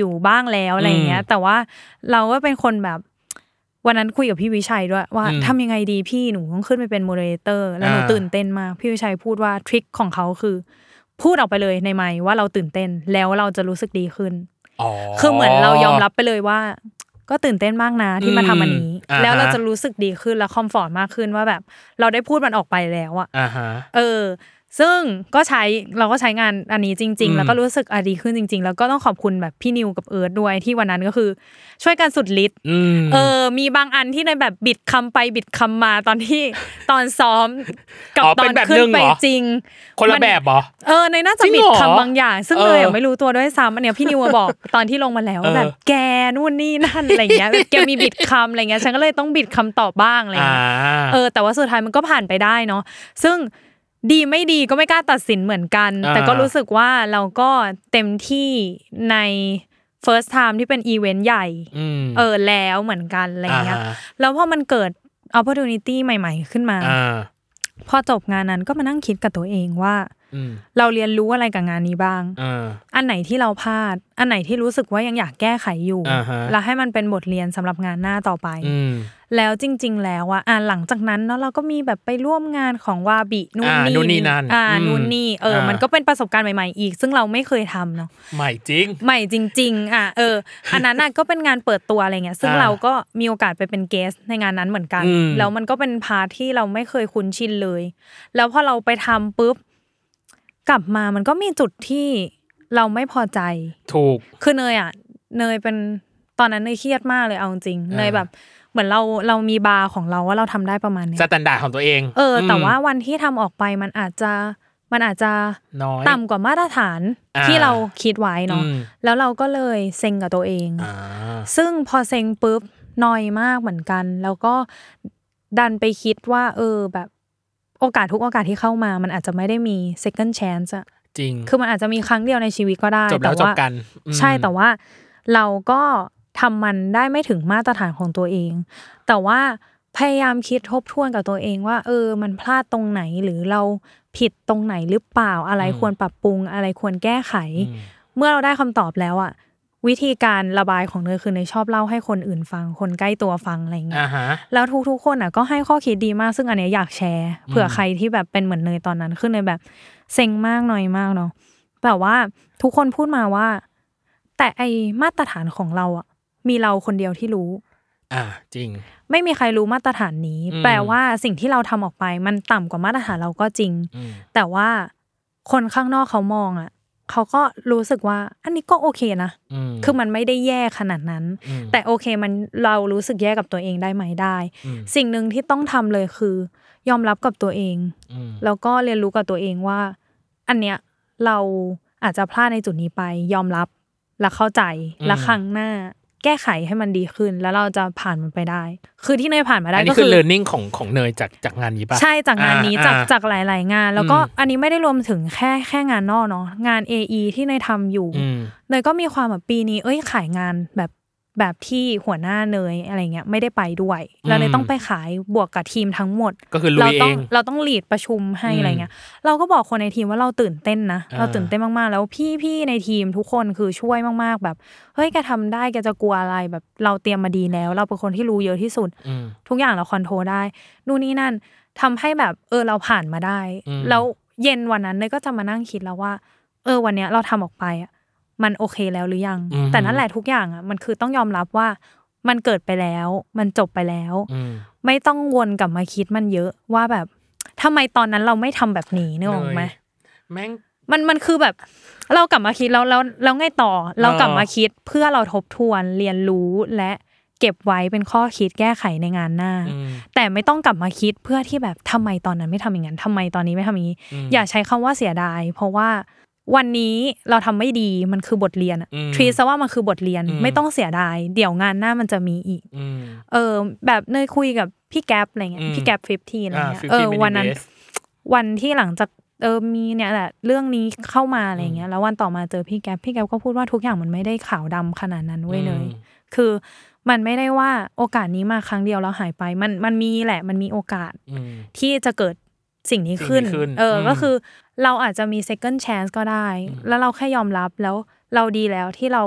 อยู่บ้างแล้วอะไรเงี้ยแต่ว่าเราก็เป็นคนแบบวันนั้นคุยกับพี่วิชัยด้วยว่าทำยังไงดีพี่หนูต้องขึ้นไปเป็นโมเดเลเตอร์แล้วหนูตื่นเต้นมากพี่วิชัยพูดว่าทริคของเขาคือพูดออกไปเลยในไมค์ว่าเราตื่นเต้นแล้วเราจะรู้สึกดีขึ้นคือเหมือนเรายอมรับไปเลยว่าก็ตื่นเต้นมากนะที่มาทำอันนี้แล้วเราจะรู้สึกดีขึ้นและคอมฟอร์ตมากขึ้นว่าแบบเราได้พูดมันออกไปแล้วอ่ะเออซึ่งก็ใช้เราก็ใช้งานอันนี้จริงๆแล้วก็รู้สึกอ่ะดีขึ้นจริงๆแล้วก็ต้องขอบคุณแบบพี่นิวกับเอิร์ธด้วยที่วันนั้นก็คือช่วยกันสุดฤทธิ์เออมีบางอันที่ในแบบบิดคำไปบิดคำมาตอนที่ตอนซ้อมกับตอนขึ้นไปจริงคนละแบบเหรอเออในน่าจะบิดคำบางอย่างซึ่งเลยไม่รู้ตัวด้วยซ้ำอันเนี้ยพี่นิวมาบอกตอนที่ลงมาแล้วแบบแกนู่นนี่นั่นอะไรเงี้ยแบบแกมีบิดคำอะไรเงี้ยฉันก็เลยต้องบิดคำตอบบ้างอะไรเงี้ยเออแต่ว่าสุดท้ายมันก็ผ่านไปได้เนาะซึ่งดีไม่ดีก็ไม่กล้าตัดสินเหมือนกันแต่ก็รู้สึกว่าเราก็เต็มที่ใน first time ที่เป็นอีเวนต์ใหญ่เออแล้วเหมือนกันอะไรเงี้ยแล้วพอมันเกิด opportunity ใหม่ๆขึ้นมาพอจบงานนั้นก็มานั่งคิดกับตัวเองว่าเราเรียนรู้อะไรกับงานนี้บ้างอันไหนที่เราพลาดอันไหนที่รู้สึกว่ายังอยากแก้ไขอยู่แล้วให้มันเป็นบทเรียนสำหรับงานหน้าต่อไปแล้วจริงๆแล้วอ่ะหลังจากนั้นเนาะเราก็มีแบบไปร่วมงานของวาบินู่นนี่อ่านู่นนี่เออมันก็เป็นประสบการณ์ใหม่ๆอีกซึ่งเราไม่เคยทำเนาะใหม่จริงใหม่จริงๆอ่ะเอออันนั้นน่ะก็เป็นงานเปิดตัวอะไรเงี้ยซึ่งเราก็มีโอกาสไปเป็นเกสในงานนั้นเหมือนกันแล้วมันก็เป็นพาร์ทที่เราไม่เคยคุ้นชินเลยแล้วพอเราไปทำปุ๊บกลับมามันก็มีจุดที่เราไม่พอใจถูกคือเนยอ่ะเนยเป็นตอนนั้นเนยเครียดมากเลยเอาจริงเนยแบบเหมือนเราเรามีบาร์ของเราว่าเราทำได้ประมาณนี้สแตนดาร์ดของตัวเองเออแต่ว่าวันที่ทำออกไปมันอาจจะมันอาจจะต่ำกว่ามาตรฐานที่เราคิดไว้เนาะแล้วเราก็เลยเซ็งกับตัวเองซึ่งพอเซ็งปุ๊บนอยมากเหมือนกันแล้วก็ดันไปคิดว่าเออแบบโอกาสทุกโอกาสที่เข้ามามันอาจจะไม่ได้มี second chance อะจริงคือมันอาจจะมีครั้งเดียวในชีวิตก็ได้แต่ว่าใช่แต่ว่าเราก็ทำมันได้ไม่ถึงมาตรฐานของตัวเองแต่ว่าพยายามคิดทบทวนกับตัวเองว่าเออมันพลาดตรงไหนหรือเราผิดตรงไหนหรือเปล่าอะไรควรปรับปรุงอะไรควรแก้ไขเมื่อเราได้คำตอบแล้วอะวิธีการระบายของเนยคือเนยชอบเล่าให้คนอื่นฟังคนใกล้ตัวฟังอะไรอย่างเงี้ยแล้วทุกๆคนอ่ะก็ให้ข้อคิดดีมากซึ่งอันเนี้ยอยากแชร์เผื่อใครที่แบบเป็นเหมือนเนยตอนนั้นขึ้นเลยแบบเซ็งมากหน่อยมากเนาะแต่ว่าทุกคนพูดมาว่าแต่ไอมาตรฐานของเราอ่ะมีเราคนเดียวที่รู้อ่าจริงไม่มีใครรู้มาตรฐานนี้แปลว่าสิ่งที่เราทำออกไปมันต่ำกว่ามาตรฐานเราก็จริงแต่ว่าคนข้างนอกเขามองอ่ะเขาก็รู้สึกว่าอันนี้ก็โอเคนะคือมันไม่ได้แย่ขนาดนั้นแต่โอเคมันเรารู้สึกแย่กับตัวเองได้ไหมได้สิ่งหนึ่งที่ต้องทำเลยคือยอมรับกับตัวเองแล้วก็เรียนรู้กับตัวเองว่าอันเนี้ยเราอาจจะพลาดในจุดนี้ไปยอมรับและเข้าใจและครั้งหน้าแก้ไขให้มันดีขึ้นแล้วเราจะผ่านมันไปได้คือที่เนยผ่านมาได้ก็คืออันนี้คือ learning ของของเนยจากจากงานนี้ป่ะใช่จากงานนี้จากจากหลายๆงานแล้วก็อันนี้ไม่ได้รวมถึงแค่แค่งานนอกเนาะงาน เอ อี ที่เนยทำอยู่เนยก็มีความแบบปีนี้เอ้ยขายงานแบบแบบที่หัวหน้าเนยอะไรเงี้ยไม่ได้ไปด้วยแล้วเนยต้องไปขายบวกกับทีมทั้งหมดก็คือลุยเองเราต้องลีดประชุมให้อะไรเงี้ยเราก็บอกคนในทีมว่าเราตื่นเต้นนะเราตื่นเต้นมากๆแล้วพี่ๆในทีมทุกคนคือช่วยมากๆแบบเฮ้ยแกทำได้แกจะกลัวอะไรแบบเราเตรียมมาดีแล้วเราเป็นคนที่รู้เยอะที่สุดทุกอย่างเราคอนโทรลได้นู่นนี่นั่นทำให้แบบเออเราผ่านมาได้แล้วเย็นวันนั้นเนยก็จะมานั่งคิดแล้วว่าเออวันเนี้ยเราทำออกไปอ่ะมันโอเคแล้วหรือยังแต่นั่นแหละทุกอย่างอ่ะมันคือต้องยอมรับว่ามันเกิดไปแล้วมันจบไปแล้วไม่ต้องวนกลับมาคิดมันเยอะว่าแบบทำไมตอนนั้นเราไม่ทำแบบนี้นึกออกไหมแม่งมันมันคือแบบเรากลับมาคิดแล้วแล้วแล้วไงต่อเรากลับมาคิดเพื่อเราทบทวนเรียนรู้และเก็บไว้เป็นข้อคิดแก้ไขในงานหน้าแต่ไม่ต้องกลับมาคิดเพื่อที่แบบทำไมตอนนั้นไม่ทำอย่างนั้นทำไมตอนนี้ไม่ทำอย่างนี้อย่าใช้คำว่าเสียดายเพราะว่าวันนี้เราทำไม่ดีมันคือบทเรียนอะทรีซะว่ามันคือบทเรียนไม่ต้องเสียดายเดี๋ยวงานหน้ามันจะมีอีกเออแบบเนยคุยกับพี่แก๊ปอะไรเงี้ยพี่แก๊ปสิบห้าอะไรเงี้ยเออวันนั้นวันที่หลังจากเออมีเนี่ยแหละเรื่องนี้เข้ามาอะไรเงี้ยแล้ววันต่อมาเจอพี่แก๊ปพี่แก๊ปก็พูดว่าทุกอย่างมันไม่ได้ขาวดำขนาดนั้นเว้ยเนยคือมันไม่ได้ว่าโอกาสนี้มาครั้งเดียวแล้วหายไปมันมันมีแหละมันมีโอกาสที่จะเกิดสิ่งนี้ขึ้นเออก็คือเราอาจจะมี second chance ก็ได้แล้วเราแค่ยอมรับแล้วเราดีแล้วที่เรา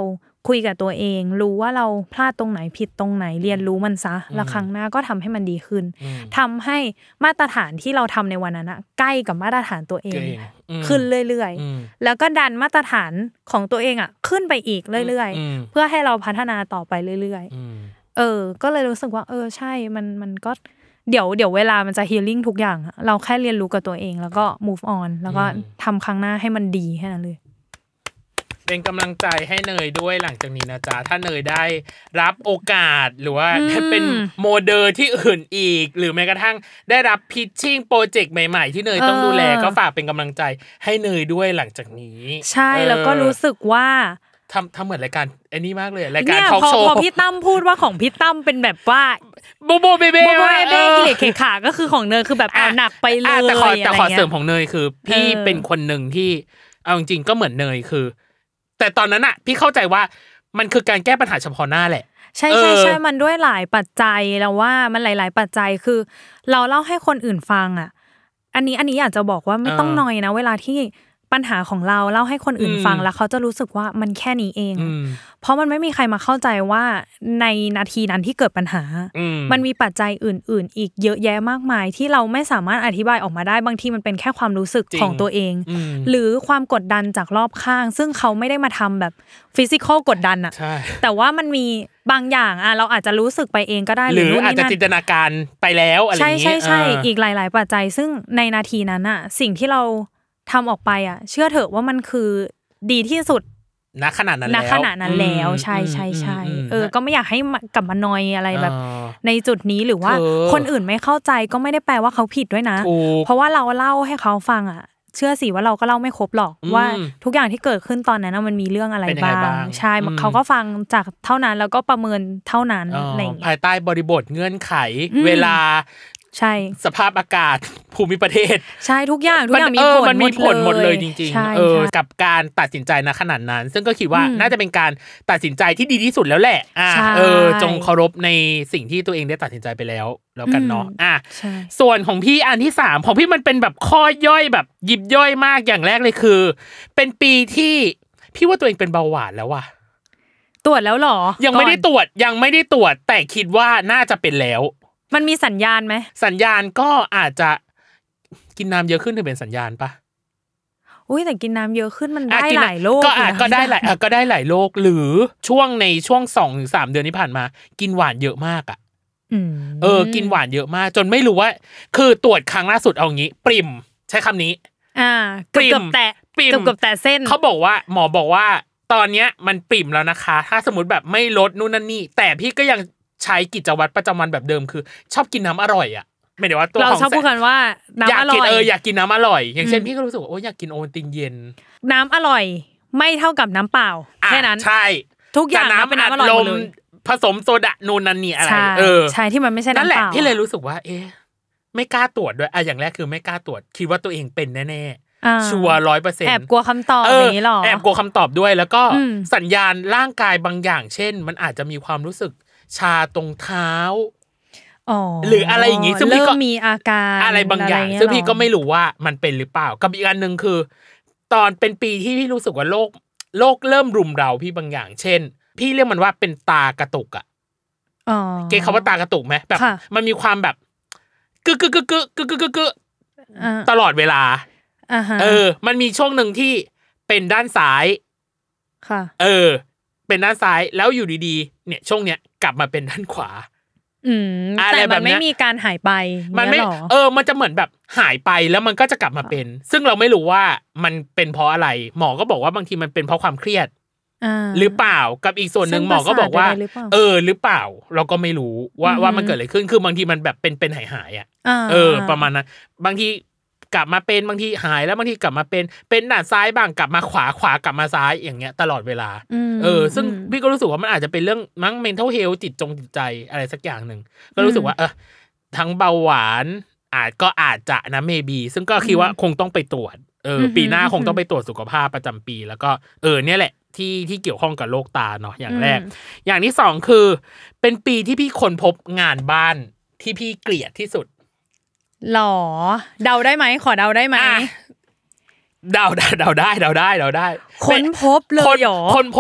คุยกับตัวเองรู้ว่าเราพลาดตรงไหนผิดตรงไหนเรียนรู้มันซะแล้วครั้งหน้าก็ทำให้มันดีขึ้นทำให้มาตรฐานที่เราทำในวันนั้นนะใกล้กับมาตรฐานตัวเองขึ้นเรื่อยๆแล้วก็ดันมาตรฐานของตัวเองอ่ะขึ้นไปอีกเรื่อยๆเพื่อให้เราพัฒนาต่อไปเรื่อยๆเออก็เลยรู้สึกว่าเออใช่มันมันก็เดี๋ยวเดี๋ยวเวลามันจะฮีลิ่งทุกอย่างเราแค่เรียนรู้กับตัวเองแล้วก็ move on แล้วก็ทำครั้งหน้าให้มันดีแค่นั้นเลยเป็นกำลังใจให้เนยด้วยหลังจากนี้นะจ๊ะถ้าเนยได้รับโอกาสหรือว่าถ้าเป็นโมเดลที่อื่นอีกหรือแม้กระทั่งได้รับพิชชิ่งโปรเจกต์ใหม่ๆที่เนยต้องดูแลก็ฝากเป็นกำลังใจให้เนยด้วยหลังจากนี้ใช่แล้วก็รู้สึกว่าทำทำเหมือนรายการไอ้นี่มากเลยรายการทอล์กโชว์พอพี่ตั้มพูดว่าของพี่ตั้มเป็นแบบว่าโบโบเบเบ้โบโบเบเบ้กิเลสเขขาก็คือของเนยคือแบบเอาหนักไปเลยแต่ขอแต่ขอเสริมของเนยคือพี่เป็นคนนึงที่เอาจริงๆก็เหมือนเนยคือแต่ตอนนั้นอ่ะพี่เข้าใจว่ามันคือการแก้ปัญหาเฉพาะหน้าแหละใช่ๆๆมันด้วยหลายปัจจัยแล้วว่ามันหลายๆปัจจัยคือเราเล่าให้คนอื่นฟังอ่ะอันนี้อันนี้อยากจะบอกว่าไม่ต้องนอยนะเวลาที่ปัญหาของเราเล่าให้คนอื่นฟังแล้วเขาจะรู้สึกว่ามันแค่นี้เองเพราะมันไม่มีใครมาเข้าใจว่าในนาทีนั้นที่เกิดปัญหามันมีปัจจัยอื่นๆอีกเยอะแยะมากมายที่เราไม่สามารถอธิบายออกมาได้บางทีมันเป็นแค่ความรู้สึกของตัวเองหรือความกดดันจากรอบข้างซึ่งเขาไม่ได้มาทำแบบฟิสิคอลกดดันอะแต่ว่ามันมีบางอย่างอ่ะเราอาจจะรู้สึกไปเองก็ได้หรืออาจจะจินตนาการไปแล้วอะไรอย่างเงี้ยใช่ๆๆอีกหลายๆปัจจัยซึ่งในนาทีนั้นอะสิ่งที่เราทำออกไปอ่ะเชื่อเถอะว่ามันคือดีที่สุดณขณะนั้นแล้วณขณะนั้นแล้วใช่ๆๆเออก็ไม่อยากให้กลับมานอยอะไรแบบในจุดนี้หรือว่าคนอื่นไม่เข้าใจก็ไม่ได้แปลว่าเขาผิดด้วยนะเพราะว่าเราเล่าให้เขาฟังอ่ะเชื่อสิว่าเราก็เล่าไม่ครบหรอกว่าทุกอย่างที่เกิดขึ้นตอนนั้นมันมีเรื่องอะไรบ้างใช่เขาก็ฟังจากเท่านั้นแล้วก็ประเมินเท่านั้นอะไรอย่างเงี้ยภายใต้บริบทเงื่อนไขเวลาใช่สภาพอากาศภูมิประเทศใช่ทุกอย่างทุกอย่างมีผลมันมีผลหมดเลยจริงๆเออกับการตัดสินใจณขนาดนั้นซึ่งก็คิดว่าน่าจะเป็นการตัดสินใจที่ดีที่สุดแล้วแหละอ่ะเออจงเคารพในสิ่งที่ตัวเองได้ตัดสินใจไปแล้วแล้วกันเนาะอ่ะส่วนของพี่อันที่สามของพี่มันเป็นแบบข้อย่อยแบบยิบย่อยมากอย่างแรกเลยคือเป็นปีที่พี่ว่าตัวเองเป็นเบาหวานแล้วว่ะตรวจแล้วหรอยังไม่ได้ตรวจยังไม่ได้ตรวจแต่คิดว่าน่าจะเป็นแล้วมันมีสัญญาณไหมสัญญาณก็อาจจะกินน้ำเยอะขึ้นถึงเป็นสัญญาณปะอุ้ยแต่กินน้ำเยอะขึ้นมันได้หลายโรคก็อาจก็ได้หลายก็ได้หลายโรคหรือช่วงในช่วง สองถึงสาม เดือนที่ผ่านมากินหวานเยอะมากอ่ะเออกินหวานเยอะมากจนไม่รู้ว่าคือตรวจครั้งล่าสุดเอางี้ปริ่มใช้คำนี้อ่าเกือบแตะปริ่มเกือบแตะเส้นเขาบอกว่าหมอบอกว่าตอนเนี้ยมันปริ่มแล้วนะคะถ้าสมมติแบบไม่ลดนู่นนั่นนี่แต่พี่ก็ยังใช้กิจวัตรประจำวันแบบเดิมคือชอบกินน้ำอร่อยอ่ะไม่ได้ว่าตัวของเราชอบพูดกันว่าน้ำอร่อยเอออยากกินน้ำอร่อยอย่างเช่นพี่ก็รู้สึกว่าโอ้ยอยากกินโอวัลตินเย็นน้ำอร่อยไม่เท่ากับน้ำเปล่าแค่นั้นใช่ทุกอย่างน้ำเป็นน้ำอร่อยหมดเลยผสมโซดานูนนั่นนี่อะไรเออใช่ที่มันไม่ใช่น้ำเปล่านั่นแหละพี่เลยรู้สึกว่าเอ๊ะไม่กล้าตรวจด้วยอ่ะอย่างแรกคือไม่กล้าตรวจคิดว่าตัวเองเป็นแน่ๆชัวร์ ร้อยเปอร์เซ็นต์แอบกลัวคำตอบอย่างนี้หรอแอบกลัวคำตอบด้วยแล้วก็สัญญาณร่างกายบางอย่างเช่นมันอาจจะมีความรู้สึกชาตรงเท้าหรืออะไรอย่างงี้ซึ่งพี่ก็มีอาการอะไรบางอย่างซึ่งพี่ก็ไม่รู้ว่ามันเป็นหรือเปล่ากับอีกอันนึงคือตอนเป็นปีที่พี่รู้สึกว่าโลกโลกเริ่มรุมเราพี่บางอย่างเช่นพี่เรียกมันว่าเป็นตากระตุกอ่ะอ๋อเกย์คำว่าตากระตุกไหมแบบมันมีความแบบกึกกึกกึกกึกกึกกึกกึกตลอดเวลาเออมันมีช่วงหนึ่งที่เป็นด้านซ้ายค่ะเออเป็นด้านซ้ายแล้วอยู่ดีๆเนี่ยช่วงเนี้ยกลับมาเป็นด้านขวาอืมแต่มันไม่มีการหายไปมันไม่เออมันจะเหมือนแบบหายไปแล้วมันก็จะกลับมาเป็นซึ่งเราไม่รู้ว่ามันเป็นเพราะอะไรหมอก็บอกว่าบางทีมันเป็นเพราะความเครียดหรือเปล่ากับอีกส่วนนึงหมอก็บอกว่าเออหรือเปล่าเราก็ไม่รู้ว่าว่ามันเกิดอะไรขึ้นคือบางทีมันแบบเป็นเป็นหายหายอ่ะเออประมาณนั้นบางทีกลับมาเป็นบางทีหายแล้วบางทีกลับมาเป็นเป็นด้านซ้ายบ้างกลับมาขวาขวากลับมาซ้ายอย่างเงี้ยตลอดเวลาเออซึ่งพี่ก็รู้สึกว่ามันอาจจะเป็นเรื่องมั้ง mental health จิตจงจิตใจอะไรสักอย่างนึงก็รู้สึกว่าเออทั้งเบาหวานอาจก็อาจจะนะ maybe ซึ่งก็คิดว่าคงต้องไปตรวจเออปีหน้าคงต้องไปตรวจสุขภาพประจำปีแล้วก็เออเนี่ยแหละที่ที่เกี่ยวข้องกับโรคตาเนาะอย่างแรกอย่างที่สองคือเป็นปีที่พี่ค้นพบงานบ้านที่พี่เกลียดที่สุดหรอเดาได้ไหมขอเดาได้ไหมเดาเดาได้เดาได้เดาได้ค้นพบเลยหรอค้นพบ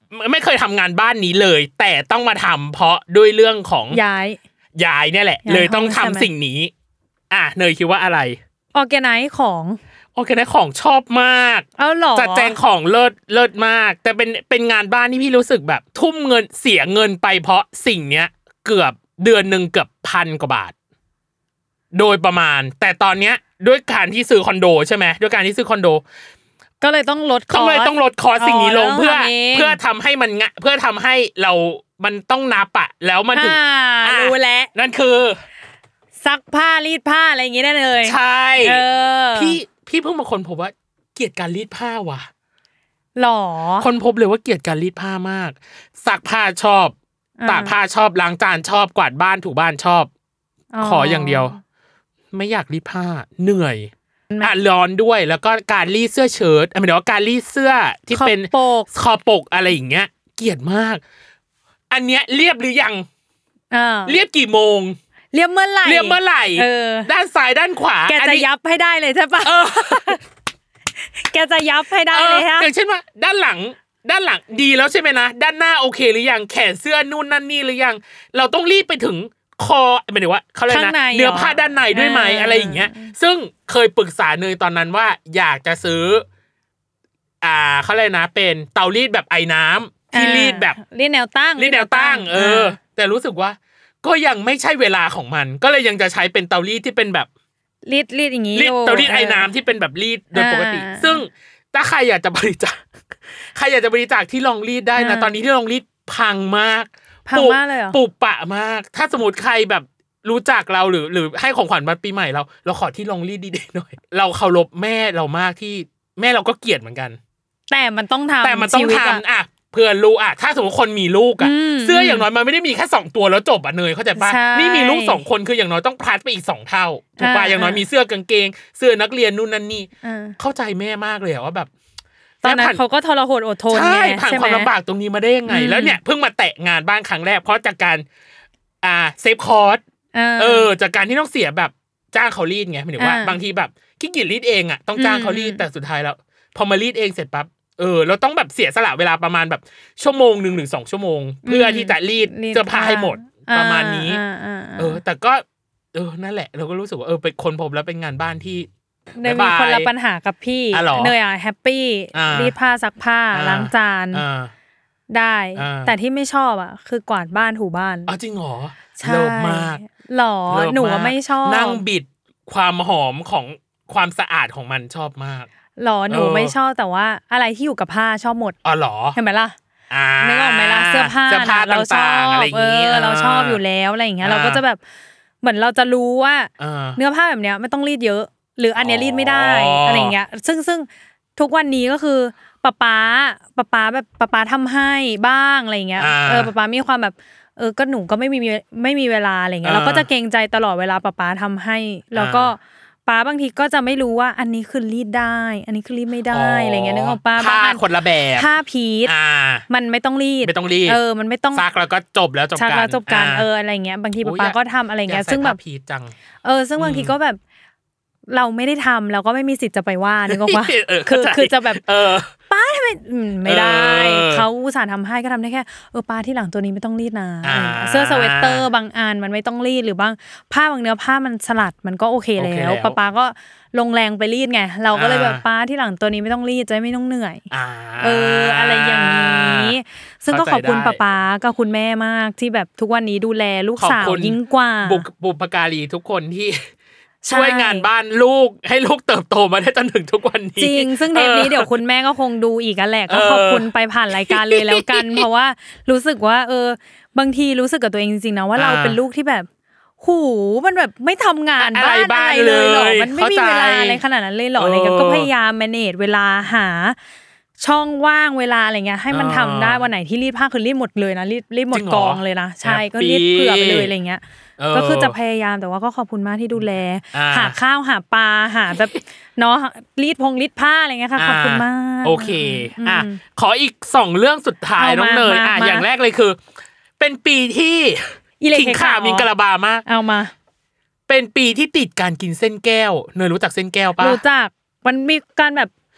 ไม่เคยทำงานบ้านนี้เลยแต่ต้องมาทำเพราะด้วยเรื่องของย้ายย้ายเนี่ยแหละเลยต้องทำสิ่งนี้อ่ะเนยคิดว่าอะไรออร์แกไนซ์ของออร์แกไนซ์ของชอบมากเอาหรอจัดแจงของเลิศเลิศมากแต่เป็นเป็นงานบ้านที่พี่รู้สึกแบบทุ่มเงินเสียเงินไปเพราะสิ่งเนี้ยเกือบเดือนนึงเกือบพันกว่าบาทโดยประมาณแต่ตอนเนี้ยด้วยการที่ซื้อคอนโดใช่ไหมด้วยการที่ซื้อคอนโดก็เลยต้องลดคอร์สก็เลยต้องลดคอร์สสิ่งนี้ลงเพื่อเพื่อทำให้มันเพื่อทำให้เรามันต้องนับอะแล้วมันถึงรู้แล้วนั่นคือซักผ้ารีดผ้าอะไรอย่างงี้ได้เลยใช่พี่พี่เพิ่งมาคนพบว่าเกลียดการรีดผ้าว่ะหรอคนพบเลยว่าเกลียดการรีดผ้ามากซักผ้าชอบตากผ้าชอบล้างจานชอบกวาดบ้านถูบ้านชอบขออย่างเดียวไม่อยากรีดผ้าเหนื่อยอ่ะร้อนด้วยแล้วก็การรีดเสื้อเชิ้ตหมายถึงว่าการรีดเสื้อที่เป็นคอปกอะไรอย่างเงี้ยเกลียดมากอันเนี้ยเรียบหรือยังเรียบกี่โมงเรียบเมื่อไหร่เรียบเมื่อไหร่ด้านซ้ายด้านขวาแกจะยับให้ได้เลยใช่ปะแกจะยับให้ได้เลยฮะอย่างเช่นว่าด้านหลังด้านหลังดีแล้วใช่ไหมนะด้านหน้าโอเคหรือยังแขนเสื้อนู่นนั่นนี่หรือยังเราต้องรีดไปถึงคอหมายถึงว่าเขาเรียกนะเนื้อผ้าด้านในด้วยไหมอะไรอย่างเงี้ยซึ่งเคยปรึกษาเนยตอนนั้นว่าอยากจะซื้ออ่าเขาเรียกนะเป็นเตารีดแบบไอ้น้ำที่รีดแบบรีดแนวตั้งรีดแนวตั้งเออแต่รู้สึกว่าก็ยังไม่ใช่เวลาของมันก็เลยยังจะใช้เป็นเตารีดที่เป็นแบบรีดรีดอย่างงี้รีดเตารีดไอ้น้ำที่เป็นแบบรีดโดยปกติซึ่งถ้าใครอยากจะบริจาคใครอยากจะบริจาคที่รองรีดได้นะตอนนี้ที่รองรีดพังมากพังมากเลยเหรอปุบปะมากถ้าสมมติใครแบบรู้จักเราหรือหรือให้ของขวัญวันปีใหม่เราเราขอที่รองรีดดีๆหน่อยเราเคารพแม่เรามากที่แม่เราก็เกลียดเหมือนกันแต่มันต้องทำแต่มันต้องทำอ่ะเพื่อลูกอ่ะถ้าสมมติคนมีลูกอ่ะเสื้ออย่างน้อยมันไม่ได้มีแค่สองตัวแล้วจบอ่ะเนยเข้าใจป่ะนี่มีลูกสองคนคืออย่างน้อยต้องพลัสไปอีกสองเท่าถูกป่ะอย่างน้อยมีเสื้อกางเกงเสื้อนักเรียนนู่นนั่นนี่เข้าใจแม่มากเลยว่าแบบตอนนั้นเขาก็ทรหดอดทนไงใช่ผ่านความลำบากตรงนี้มาได้ยังไงแล้วเนี่ยเพิ่งมาแตะงานบ้านครั้งแรกเพราะจากการอ่าเซฟคอร์สเออจากการที่ต้องเสียแบบจ้างเขารีดไงหมายถึงว่าบางทีแบบขี้เกียจรีดเองอ่ะต้องจ้างเขารีดแต่สุดท้ายแล้วพอมารีดเองเสร็จปั๊บเออเราต้องแบบเสียสละเวลาประมาณแบบชั่วโมงนึงหรือสองชั่วโมงเพื่อที่จะรีดเสื้อผ้าให้หมดประมาณนี้เออแต่ก็เออนั่นแหละเราก็รู้สึกว่าเออเป็นคนพบแล้วเป็นงานบ้านที่เนยมีคนละปัญหากับพี่เนยอ่ะแฮปปี้รีดผ้าซักผ้าล้างจานได้แต่ที่ไม่ชอบอ่ะคือกวาดบ้านถูบ้านอ๋อจริงเหรอเลิฟมากหรอหนูไม่ชอบนั่งบิดความหอมของความสะอาดของมันชอบมากหรอหนูไม่ชอบแต่ว่าอะไรที่อยู่กับผ้าชอบหมดอ๋อหรอเห็นไหมล่ะนึกออกไหมล่ะเสื้อผ้าเราชอบเออเราชอบอยู่แล้วอะไรอย่างเงี้ยเราก็จะแบบเหมือนเราจะรู้ว่าเนื้อผ้าแบบเนี้ยไม่ต้องรีดเยอะหรืออันเนี้ยรีดไม่ได้อะไรอย่างเงี้ยซึ่งซึ่งทุกวันนี้ก็คือป๊าป๊าป๊าป๊าแบบป๊าป๊าทำให้บ้างอะไรอย่างเงี้ยเออป๊าป๊ามีความแบบเออก็หนูก็ไม่มีไม่มีเวลาอะไรอย่างเงี้ยเราก็จะเกรงใจตลอดเวลาป๊าป๊าทำให้แล้วก็ป้าบางทีก็จะไม่รู้ว่าอันนี้คือรีดได้อันนี้คือรีดไม่ได้อะไรเงี้ยนึกออกป้าผ้าคนละแบบผ้าพีทมันไม่ต้องรีดไม่ต้องรีดเออมันไม่ต้องซักแล้วก็จบแล้วจบกันซักแล้วจบกันเอออะไรเงี้ยบางทีป้าก็ทำอะไรเงี้ยซึ่งแบบพีทจังเออซึ่งบางทีก็แบบเราไม่ได้ทำเราก็ไม่มีสิทธิ์จะไปว่านึกออกปะคือคือจะแบบป้าทำไมไม่ได้เขาอุตส่าห์ทำให้ก็ทำได้แค่เออป้าที่หลังตัวนี้ไม่ต้องรีดนะเสื้อสเวตเตอร์บางอันมันไม่ต้องรีดหรือบางผ้าบางเนื้อผ้ามันสลัดมันก็โอเคแล้วป้าป้าก็ลงแรงไปรีดไงเราก็เลยแบบป้าที่หลังตัวนี้ไม่ต้องรีดจะไม่ต้องเหนื่อยเอออะไรอย่างนี้ซึ่งก็ขอบคุณป้าป้ากับคุณแม่มากที่แบบทุกวันนี้ดูแลลูกสาวยิ่งกว่าบุพการีทุกคนที่ช่วยงานบ้านลูกให้ลูกเติบโตมาได้จนถึงทุกวันนี้จริงซึ่งเทปนี้เดี๋ยวคุณแม่ก็คงดูอีกกันแหละก็ขอบคุณไปผ่านรายการเลยแล้วกันเพราะว่ารู้สึกว่าเออบางทีรู้สึกกับตัวเองจริงๆนะว่าเราเป็นลูกที่แบบหูมันแบบไม่ทำงานบ้านอะไรเลยหรอมันไม่มีเวลาอะไรขนาดนั้นเลยหรออะไรก็พยายาม manage เวลาหาช่องว่างเวลาอะไรเงี้ยให้มันทำได้วันไหนที่รีดผ้าคือรีดหมดเลยนะรีดรีดหมดกองเลยนะใช่ก็รีดเผื่อไปเลยอะไรเงี้ยก็คือจะพยายามแต่ว่าก็ขอบคุณมากที่ดูแลหาข้าวหาปลาหาแบบเนาะรีดพงรีดผ้าอะไรเงี้ยค่ะขอบคุณมากโอเคอ่ะขออีกสองเรื่องสุดท้ายน้องเนยอ่ะอย่างแรกเลยคือเป็นปีที่ขิงข่ามิงกะลาบามากเอามาเป็นปีที่ติดการกินเส้นแก้วเนยรู้จักเส้นแก้วป่ะรู้จักมันมีการแบบ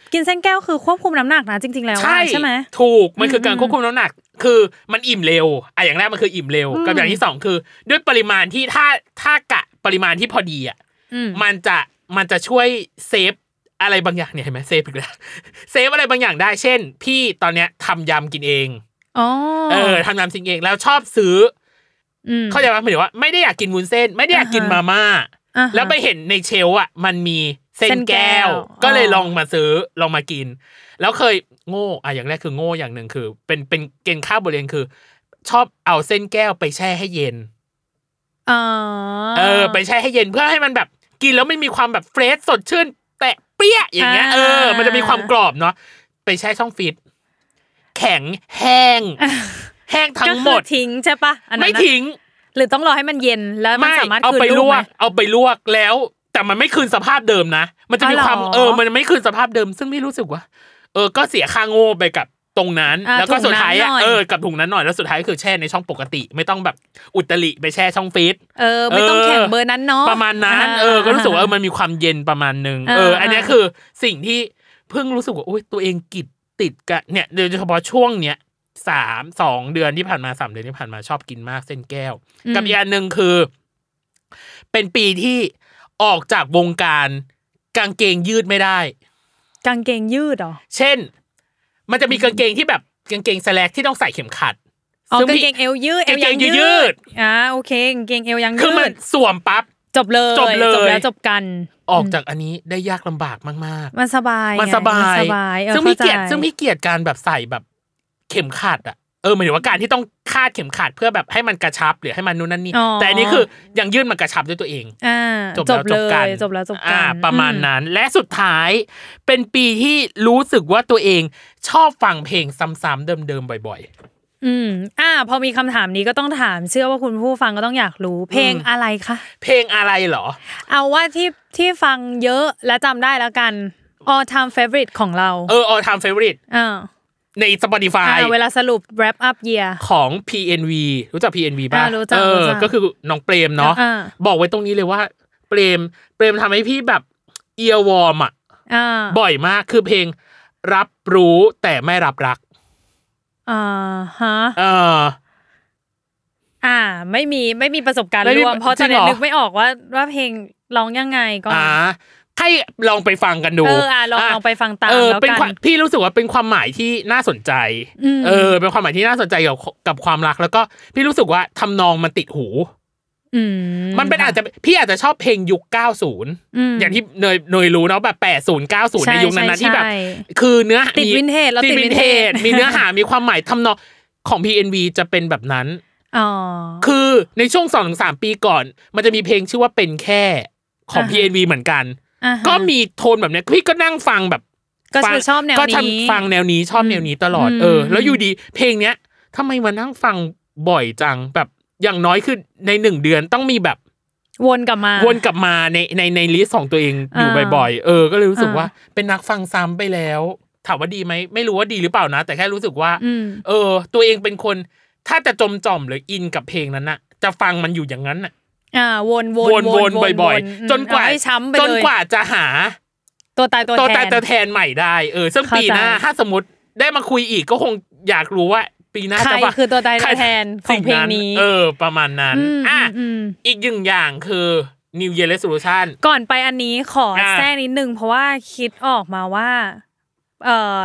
กินเส้นแก้วคือควบคุมน้ำหนักนะจริงๆแล้วใช่ไหมถูกมันคือการควบคุมน้ำหนักคือมันอิ่มเร็วอ่ะอย่างแรกมันคืออิ่มเร็วกับอย่างที่สองคือด้วยปริมาณที่ถ้าถ้ากะปริมาณที่พอดีอ่ะมันจะมันจะช่วยเซฟอะไรบางอย่างเนี่ยเห็นไหมเซฟอีกแล้วเซฟอะไรบางอย่างได้เช่นพี่ตอนเนี้ยทำยำกินเองอ๋อเออทำยำกินเองแล้วชอบซื้อเข้าใจไหมหมายถึงว่าไม่ได้อยากกินวุ้นเส้นไม่ได้อยากกินมาม่าแล้วไปเห็นในเชลฟ์อ่ะมันมีเส้นแก้วก็เลยลองมาซื้อลองมากินแล้วเคยโง่อ่ะอย่างแรกคือโง่อย่างหนึ่งคือเป็นเป็นเกณฑ์ค่าบริเวณคือชอบเอาเส้นแก้วไปแช่ให้เย็นอ๋อเออไปแช่ให้เย็นเพื่อให้มันแบบกินแล้วไม่มีความแบบเฟรชสดชื่นแตะเปรี้ยอย่างเงี้ยเออมันจะมีความกรอบเนาะไปแช่ช่องฟรีซแข็งแห้งแห้งทั้งหมดทิ้งใช่ปะไม่ทิ้งหรือต้องรอให้มันเย็นแล้วมันสามารถคืนลวกเอาไปลวกแล้วแต่มันไม่คืนสภาพเดิมนะมันจะมีความเออมันไม่คืนสภาพเดิมซึ่งไม่รู้สึกว่าเออก็เสียค่าโง่ไปกับตรงนั้นแล้วก็สุดท้ายอ่ะเออกับถุงนั้นหน่อยแล้วสุดท้ายคือแช่ในช่องปกติไม่ต้องแบบอุตริไปแช่ช่องฟรีซเออไม่ต้องแข็งเบอร์นั้นเนาะประมาณนั้นเออก็รู้สึกว่าเออมันมีความเย็นประมาณนึงเอออันนี้คือสิ่งที่เพิ่งรู้สึกว่าอุ๊ยตัวเองกิดติดกับเนี่ยโดยเฉพาะช่วงเนี้ยสามสองเดือนที่ผ่านมาสามเดือนที่ผ่านมาชอบกินมากเส้นแก้วกับอีกอันนึงคือเป็นปีที่ออกจากวงการกางเกงยืดไม่ได้กางเกงยืดหรอเช่นมันจะมีกางเกงที่แบบกางเกงสแลกที่ต้องใส่เข็มขัดอ๋อกางเกงเอวยืดเอวยังยืดอ่าโอเคกางเกงเอวยังยืดคือมันสวมปั๊บจบเลยจบเลยจบแล้วจบกันออกจากอันนี้ได้ยากลำบากมากๆมันสบายมันสบายซึ่งมีเกียรติซึ่งมีเกียรติการแบบใส่แบบเข็มขัดอ่ะเออหมายถึงว่าการที่ต้องคาดเข็มขัดเพื่อแบบให้มันกระชับหรือให้มันนู่นนั่นนี่แต่อันนี้คือยังยืดมันกระชับด้วยตัวเองอ่าจบแล้วจบกันจบแล้วจบกันอ่าประมาณนั้นและสุดท้ายเป็นปีที่รู้สึกว่าตัวเองชอบฟังเพลงซ้ำๆเดิมๆบ่อยๆอืมอ่าพอมีคำถามนี้ก็ต้องถามเชื่อว่าคุณผู้ฟังก็ต้องอยากรู้เพลงอะไรคะเพลงอะไรเหรอเอาว่าที่ที่ฟังเยอะและจำได้แล้วกัน all time favorite ของเราเออ all time favorite อ่าใน Spotify อ่าเวลาสรุป wrap up year ของ พี เอ็น วี รู้จัก พี เอ็น วี ป่ะเออก็คือน้องเปรมเนาะบอกไว้ตรงนี้เลยว่าเปรมเปรมทำให้พี่แบบเอียร์วอร์มอ่ะบ่อยมากคือเพลงรับรู้แต่ไม่รับรักอ่าฮะเอออ่าไม่มีไม่มีประสบการณ์รวมเพราะตอนนี้นึกไม่ออกว่าว่าเพลงร้องยังไงก็อ่าให้ลองไปฟังกันดูเอออ่ะลองลองไปฟังตามแล้วกันพี่รู้สึกว่าเป็นความหมายที่น่าสนใจเออเป็นความหมายที่น่าสนใจกับกับความรักแล้วก็พี่รู้สึกว่าทำนองมันติดหูมันเป็นอาจจะพี่อาจจะชอบเพลงยุคเก้าสิบอย่างที่เนยเนยรู้เนาะแบบแปดสิบ เก้าสิบในยุคนั้นนะที่แบบคือเนื้อติดวินเทจแล้วติดวินเทจมีเนื้อหามีความหมายทำนองของ พี เอ็น วี จะเป็นแบบนั้นอ๋อคือในช่วง สองถึงสาม ปีก่อนมันจะมีเพลงชื่อว่าเป็นแค่ของ พี เอ็น วี เหมือนกันก็มีโทนแบบนี้พี่ก็นั่งฟังแบบก็ชอบแนวนี้ก็ฟังแนวนี้ชอบแนวนี้ตลอดเออแล้วอยู่ดีเพลงเนี้ยทำไมมานั่งฟังบ่อยจังแบบอย่างน้อยคือในหนึ่งเดือนต้องมีแบบวนกลับมาวนกลับมาในในในลิสต์ของตัวเองอยู่บ่อยๆเออก็เลยรู้สึกว่าเป็นนักฟังซ้ำไปแล้วถามว่าดีไหมไม่รู้ว่าดีหรือเปล่านะแต่แค่รู้สึกว่าเออตัวเองเป็นคนถ้าจะจมจ่อมหรืออินกับเพลงนั้นน่ะจะฟังมันอยู่อย่างนั้นน่ะอ่าวนวนวนบ่อยๆจนกว่าจนกว่าจะหาตัวตายตัวแทนตัวตายตัวแทนใหม่ได้เออซึ่งปีหน้าถ้าสมมติได้มาคุยอีกก็คงอยากรู้ว่าปีหน้าจะว่าใครคือตัวตายตัวแทนของเพลงนี้เออประมาณนั้นอ่ะอีกหนึ่งอย่างคือ New Year Resolution ก่อนไปอันนี้ขอแทรกนิดนึงเพราะว่าคิดออกมาว่าเอ่อ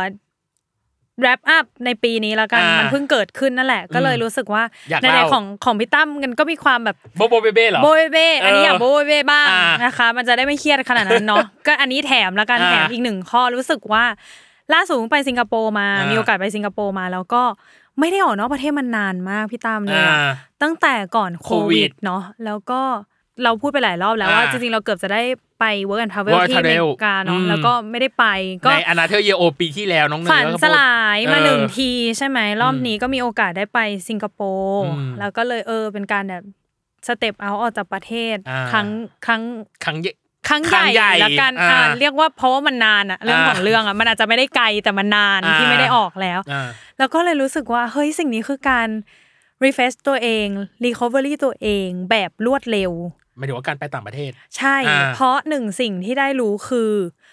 wrap up ในปีนี้แล้วกันมันเพิ่งเกิดขึ้นนั่นแหละก็เลยรู้สึกว่าในของของพี่ตั้มกันก็มีความแบบโบโบเบ้เบ้เหรอโบเบ้เบ้อันนี้อยากโบโบเบ้บ้างนะคะมันจะได้ไม่เครียดขนาดนั้นเนาะก็อันนี้แถมแล้วกันแถมอีกหนึ่งข้อรู้สึกว่าล่าสุดไปสิงคโปร์มามีโอกาสไปสิงคโปร์มาแล้วก็ไม่ได้ออกนอกประเทศมันนานมากพี่ตั้มเลยตั้งแต่ก่อนโควิดเนาะแล้วก็เราพูดไปหลายรอบแล้วว่าจริงๆเราเกือบจะได้ไป work and travel ที่อเมริกาเนาะแล้วก็ไม่ได้ไปก็ในอนาเธอร์เยโอปีที่แล้วน้องเนยฝันสลายมาหนึ่งทีใช่ไหมรอบนี้ก็มีโอกาสได้ไปสิงคโปร์แล้วก็เลยเออเป็นการแบบสเต็ปเอาออกจากประเทศครั้งครั้งครั้งครั้งใหญ่แล้วกันอ่าเรียกว่าเพราะว่ามันนานอะเรื่องของเรื่องอะมันอาจจะไม่ได้ไกลแต่มันนานที่ไม่ได้ออกแล้วแล้วก็เลยรู้สึกว่าเฮ้ยสิ่งนี้คือการ refresh ตัวเอง recovery ตัวเองแบบรวดเร็วหมายถึงว่าการไปต่างประเทศใช่เพราะหนึ่งสิ่งที่ได้รู้คือ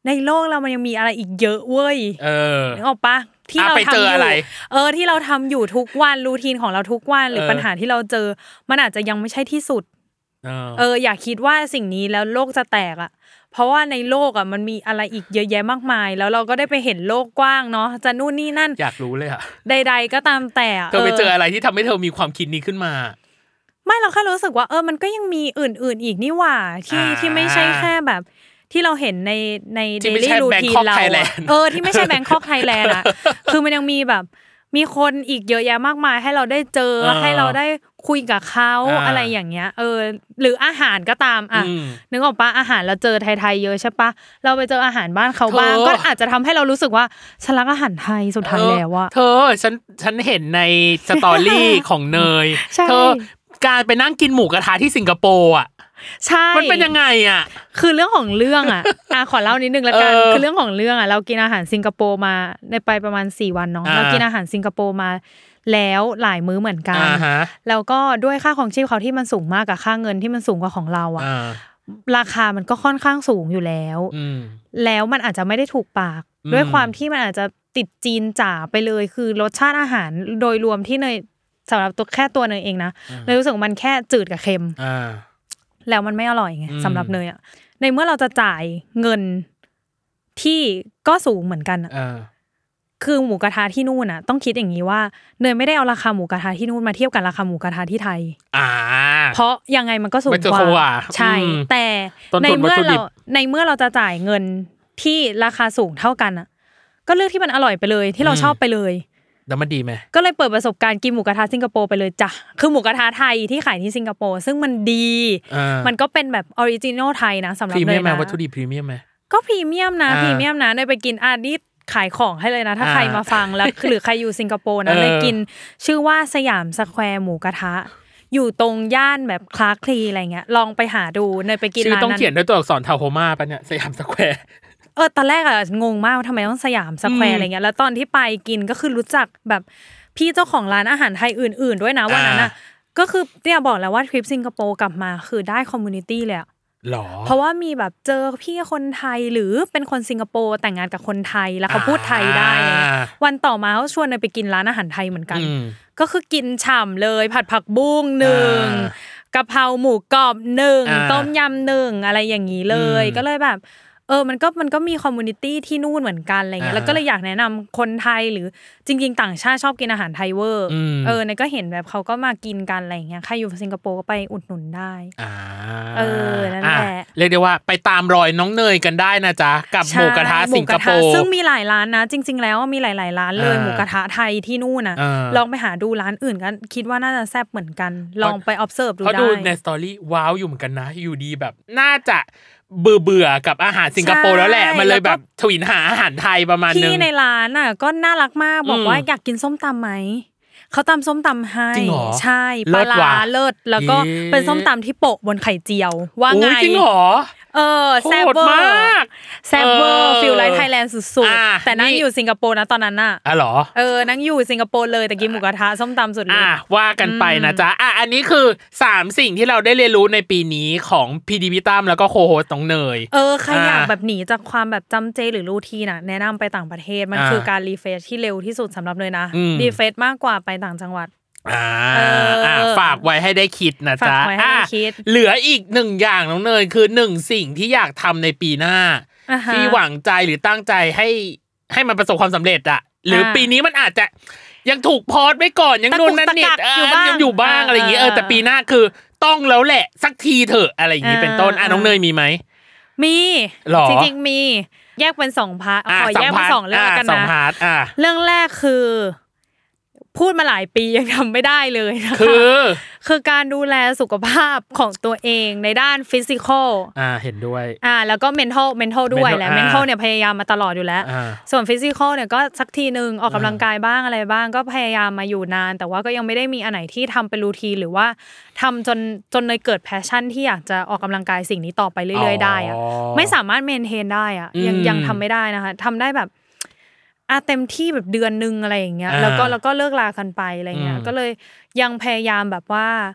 ในโลกเรามันยังมีอะไรอีกเยอะเว้ยเออนึกออกปะที่เราทำอยู่เออที่เราทำอยู่ทุกวันรูทีนของเราทุกวันหรือปัญหาที่เราเจอมันอาจจะยังไม่ใช่ที่สุดเอออย่าคิดว่าสิ่งนี้แล้วโลกจะแตกอ่ะเพราะว่าในโลกอ่ะมันมีอะไรอีกเยอะแยะมากมายแล้วเราก็ได้ไปเห็นโลกกว้างเนาะจะนู่นนี่นั่นอยากรู้เลยอ่ะใดๆก็ตามแต่เธอไปเจออะไรที่ทำให้เธอมีความคิดนี้ขึ้นมาไม่เราแค่รู้สึกว่าเออมันก็ยังมีอื่นๆอีกนี่หว่าที่ที่ไม่ใช่แค่แบบที่เราเห็นในในเดลี่รูทีนเราเออที่ไม่ใช่แบงคอกไทยแลนด์อ่ะคือมันยังมีแบบมีคนอีกเยอะแยะมากมายให้เราได้เจอให้เราได้คุยกับเขาอะไรอย่างเงี้ยเออหรืออาหารก็ตามอ่ะนึกออกปะอาหารเราเจอไทยๆเยอะใช่ปะเราไปเจออาหารบ้านเขาบ้างก็อาจจะทำให้เรารู้สึกว่าฉันรักอาหารไทยสุดท้ายแล้วอ่ะเธอฉันฉันเห็นในสตอรี่ของเนยเธอการไปนั่งกินหมูกระทะที่สิงคโปร์อ่ะใช่มันเป็นยังไงอ่ะคือเรื่องของเรื่องอ่ะอ่ะขอเล่านิดนึงละกันคือเรื่องของเรื่องอ่ะเรากินอาหารสิงคโปร์มาในไปประมาณสี่วันเนาะเรากินอาหารสิงคโปร์มาแล้วหลายมื้อเหมือนกันแล้วก็ด้วยค่าของชีพเขาที่มันสูงมากกับค่าเงินที่มันสูงกว่าของเราอ่ะราคามันก็ค่อนข้างสูงอยู่แล้วแล้วมันอาจจะไม่ได้ถูกปากด้วยความที่มันอาจจะติดจีนจ๋าไปเลยคือรสชาติอาหารโดยรวมที่เนยสำหรับตัวแค่ตัวเนยเองนะเลยรู้สึกมันแค่จืดกับเค็มแล้วมันไม่อร่อยไงสำหรับเนยอ่ะในเมื่อเราจะจ่ายเงินที่ก็สูงเหมือนกันอ่ะคือหมูกระทะที่นู่นอ่ะต้องคิดอย่างนี้ว่าเนยไม่ได้เอาราคาหมูกระทะที่นู่นมาเทียบกับราคาหมูกระทะที่ไทยอ่าเพราะยังไงมันก็สูงกว่าใช่แต่ในเมื่อเราในเมื่อเราจะจ่ายเงินที่ราคาสูงเท่ากันอ่ะก็เลือกที่มันอร่อยไปเลยที่เราชอบไปเลยแล้วมันดีไหมก็เลยเปิดประสบการณ์กินหมูกระทะสิงคโปร์ไปเลยจ้ะคือหมูกระทะไทยที่ขายที่สิงคโปร์ซึ่งมันดีมันก็เป็นแบบออริจินอลไทยนะสำหรับเลยนะพรีเมียมไหมวัตถุดิบพรีเมียมไหมก็พรีเมียมนะพรีเมียมนะเลยไปกินอาดิขายของให้เลยนะถ้าใครมาฟังแล้วหรือใครอยู่สิงคโปร์นะเลยกินชื่อว่าสยามสแควร์หมูกระทะอยู่ตรงย่านแบบคลาร์คลีอะไรเงี้ยลองไปหาดูเนยไปกินร้านนั้นชื่อต้องเขียนด้วยตัวอักษรทาวโฮมาป่ะเนี่ยสยามสแควร์เออตอนแรกอะงงมากว่าทำไมต้องสยามสแควร์อะไรเงี้ยแล้วตอนที่ไปกินก็คือรู้จักแบบพี่เจ้าของร้านอาหารไทยอื่นๆด้วยนะวันนั้นน่ะก็คือเนี่ยบอกแล้วว่าทริปสิงคโปร์กลับมาคือได้คอมมูนิตี้เลยอ่ะหรอเพราะว่ามีแบบเจอพี่คนไทยหรือเป็นคนสิงคโปร์แต่งงานกับคนไทยแล้วเขาพูดไทยได้วันต่อมาเขาชวนไปกินร้านอาหารไทยเหมือนกันก็คือกินฉ่ำเลยผัดผักบุ้งหนึ่งกะเพราหมูกรอบหนึ่งต้มยำหนึ่งอะไรอย่างนี้เลยก็เลยแบบเออมันก็มันก็มีคอมมูนิตี้ที่นู่นเหมือนกันอะไรเงี้ยแล้วก็เลยอยากแนะนำคนไทยหรือจริงๆต่างชาติชอบกินอาหารไทยเวอร์เออเนี่ยก็เห็นแบบเขาก็มากินกันอะไรเงี้ยใครอยู่สิงคโปร์ก็ไปอุดหนุนได้เออนั่นแหละเรียกได้ว่าไปตามรอยน้องเนยกันได้นะจ๊ะกับหมูกระทะสิงคโปร์ซึ่งมีหลายร้านนะจริงๆแล้วมีหลายๆร้านเลยหมูกระทะไทยที่นู่นน่ะลองไปหาดูร้านอื่นกันคิดว่าน่าจะแซ่บเหมือนกันลองไป observe ดูได้เพราะดูในสตอรี่ว้าวอยู่เหมือนกันนะอยู่ดีแบบน่าจะเบื่อเบื่อกับอาหารสิงคโปร์แล้วแหละมันเลยแบบทวินหาอาหารไทยประมาณนึงพี่ในร้านน่ะก็น่ารักมากบอกว่าอยากกินส้มตำไหมเขาตำส้มตำให้ใช่ปลาร้าเลิศแล้วก็เป็นส้มตำที่โปะบนไข่เจียวว่าไงจริงเหรอเออแซ่บเวอร์แซ่บเวอร์ฟีลไลท์ไทยแลนด์สุดๆแต่นั่งอยู่สิงคโปร์นะตอนนั้นน่ะอ๋อเหรอเออนั่งอยู่สิงคโปร์เลยแต่กินหมูกระทะส้มตำสุดเลยอ่ะว่ากันไปนะจ๊ะอ่ะอันนี้คือสามสิ่งที่เราได้เรียนรู้ในปีนี้ของพีดีพิตั้มแล้วก็โคโฮสน้องเนยเออใครอยากแบบหนีจากความแบบจำเจหรือรูทีนน่ะแนะนำไปต่างประเทศมันคือการรีเฟรชที่เร็วที่สุดสำหรับเลยนะรีเฟรชมากกว่าไปต่างจังหวัดอ่าอ่าฝากไว้ให้ได้คิดนะจ๊ะอ่ะเหลืออีกหนึ่งอย่างน้องเนยคือหนึ่งสิ่งที่อยากทำในปีหน้าที่หวังใจหรือตั้งใจให้ให้มันประสบความสำเร็จอ่ะหรือปีนี้มันอาจจะยังถูกพอดไว้ก่อนยังนู่นนั่นนี่ยังอยู่บ้างอะไรอย่างเงี้ยเออแต่ปีหน้าคือต้องแล้วแหละสักทีเถอะอะไรอย่างงี้เป็นต้นอ่ะน้องเนยมีไหมมีจริงๆมีแยกเป็นสองพาร์ทขอแยกเป็นสองเรื่องกันนะเรื่องแรกคือพูดมาหลายปียังทำไม่ได้เลยนะคะคือคือการดูแลสุขภาพของตัวเองในด้านฟิสิกอลอ่าเห็นด้วยอ่าแล้วก็เมนทัลเมนทัลด้วยแหละเมนทัลเนี่ยพยายามมาตลอดอยู่แล้วส่วนฟิสิกอลเนี่ยก็สักทีนึงออกกำลังกายบ้างอะไรบ้างก็พยายามมาอยู่นานแต่ว่าก็ยังไม่ได้มีอันไหนที่ทำเป็นรูทีนหรือว่าทำจนจนเลยเกิดแพชชั่นที่อยากจะออกกำลังกายสิ่งนี้ต่อไปเรื่อยๆได้อะไม่สามารถเมนเทนได้อะยังยังทำไม่ได้นะคะทำได้แบบอ่ะเต็มที่แบบเดือนนึงอะไรอย่างเงี้ยแล้วก็แล้วก็เลิกลากันไปอะไรเงี้ยก็เลยยังพยายามแบบว่า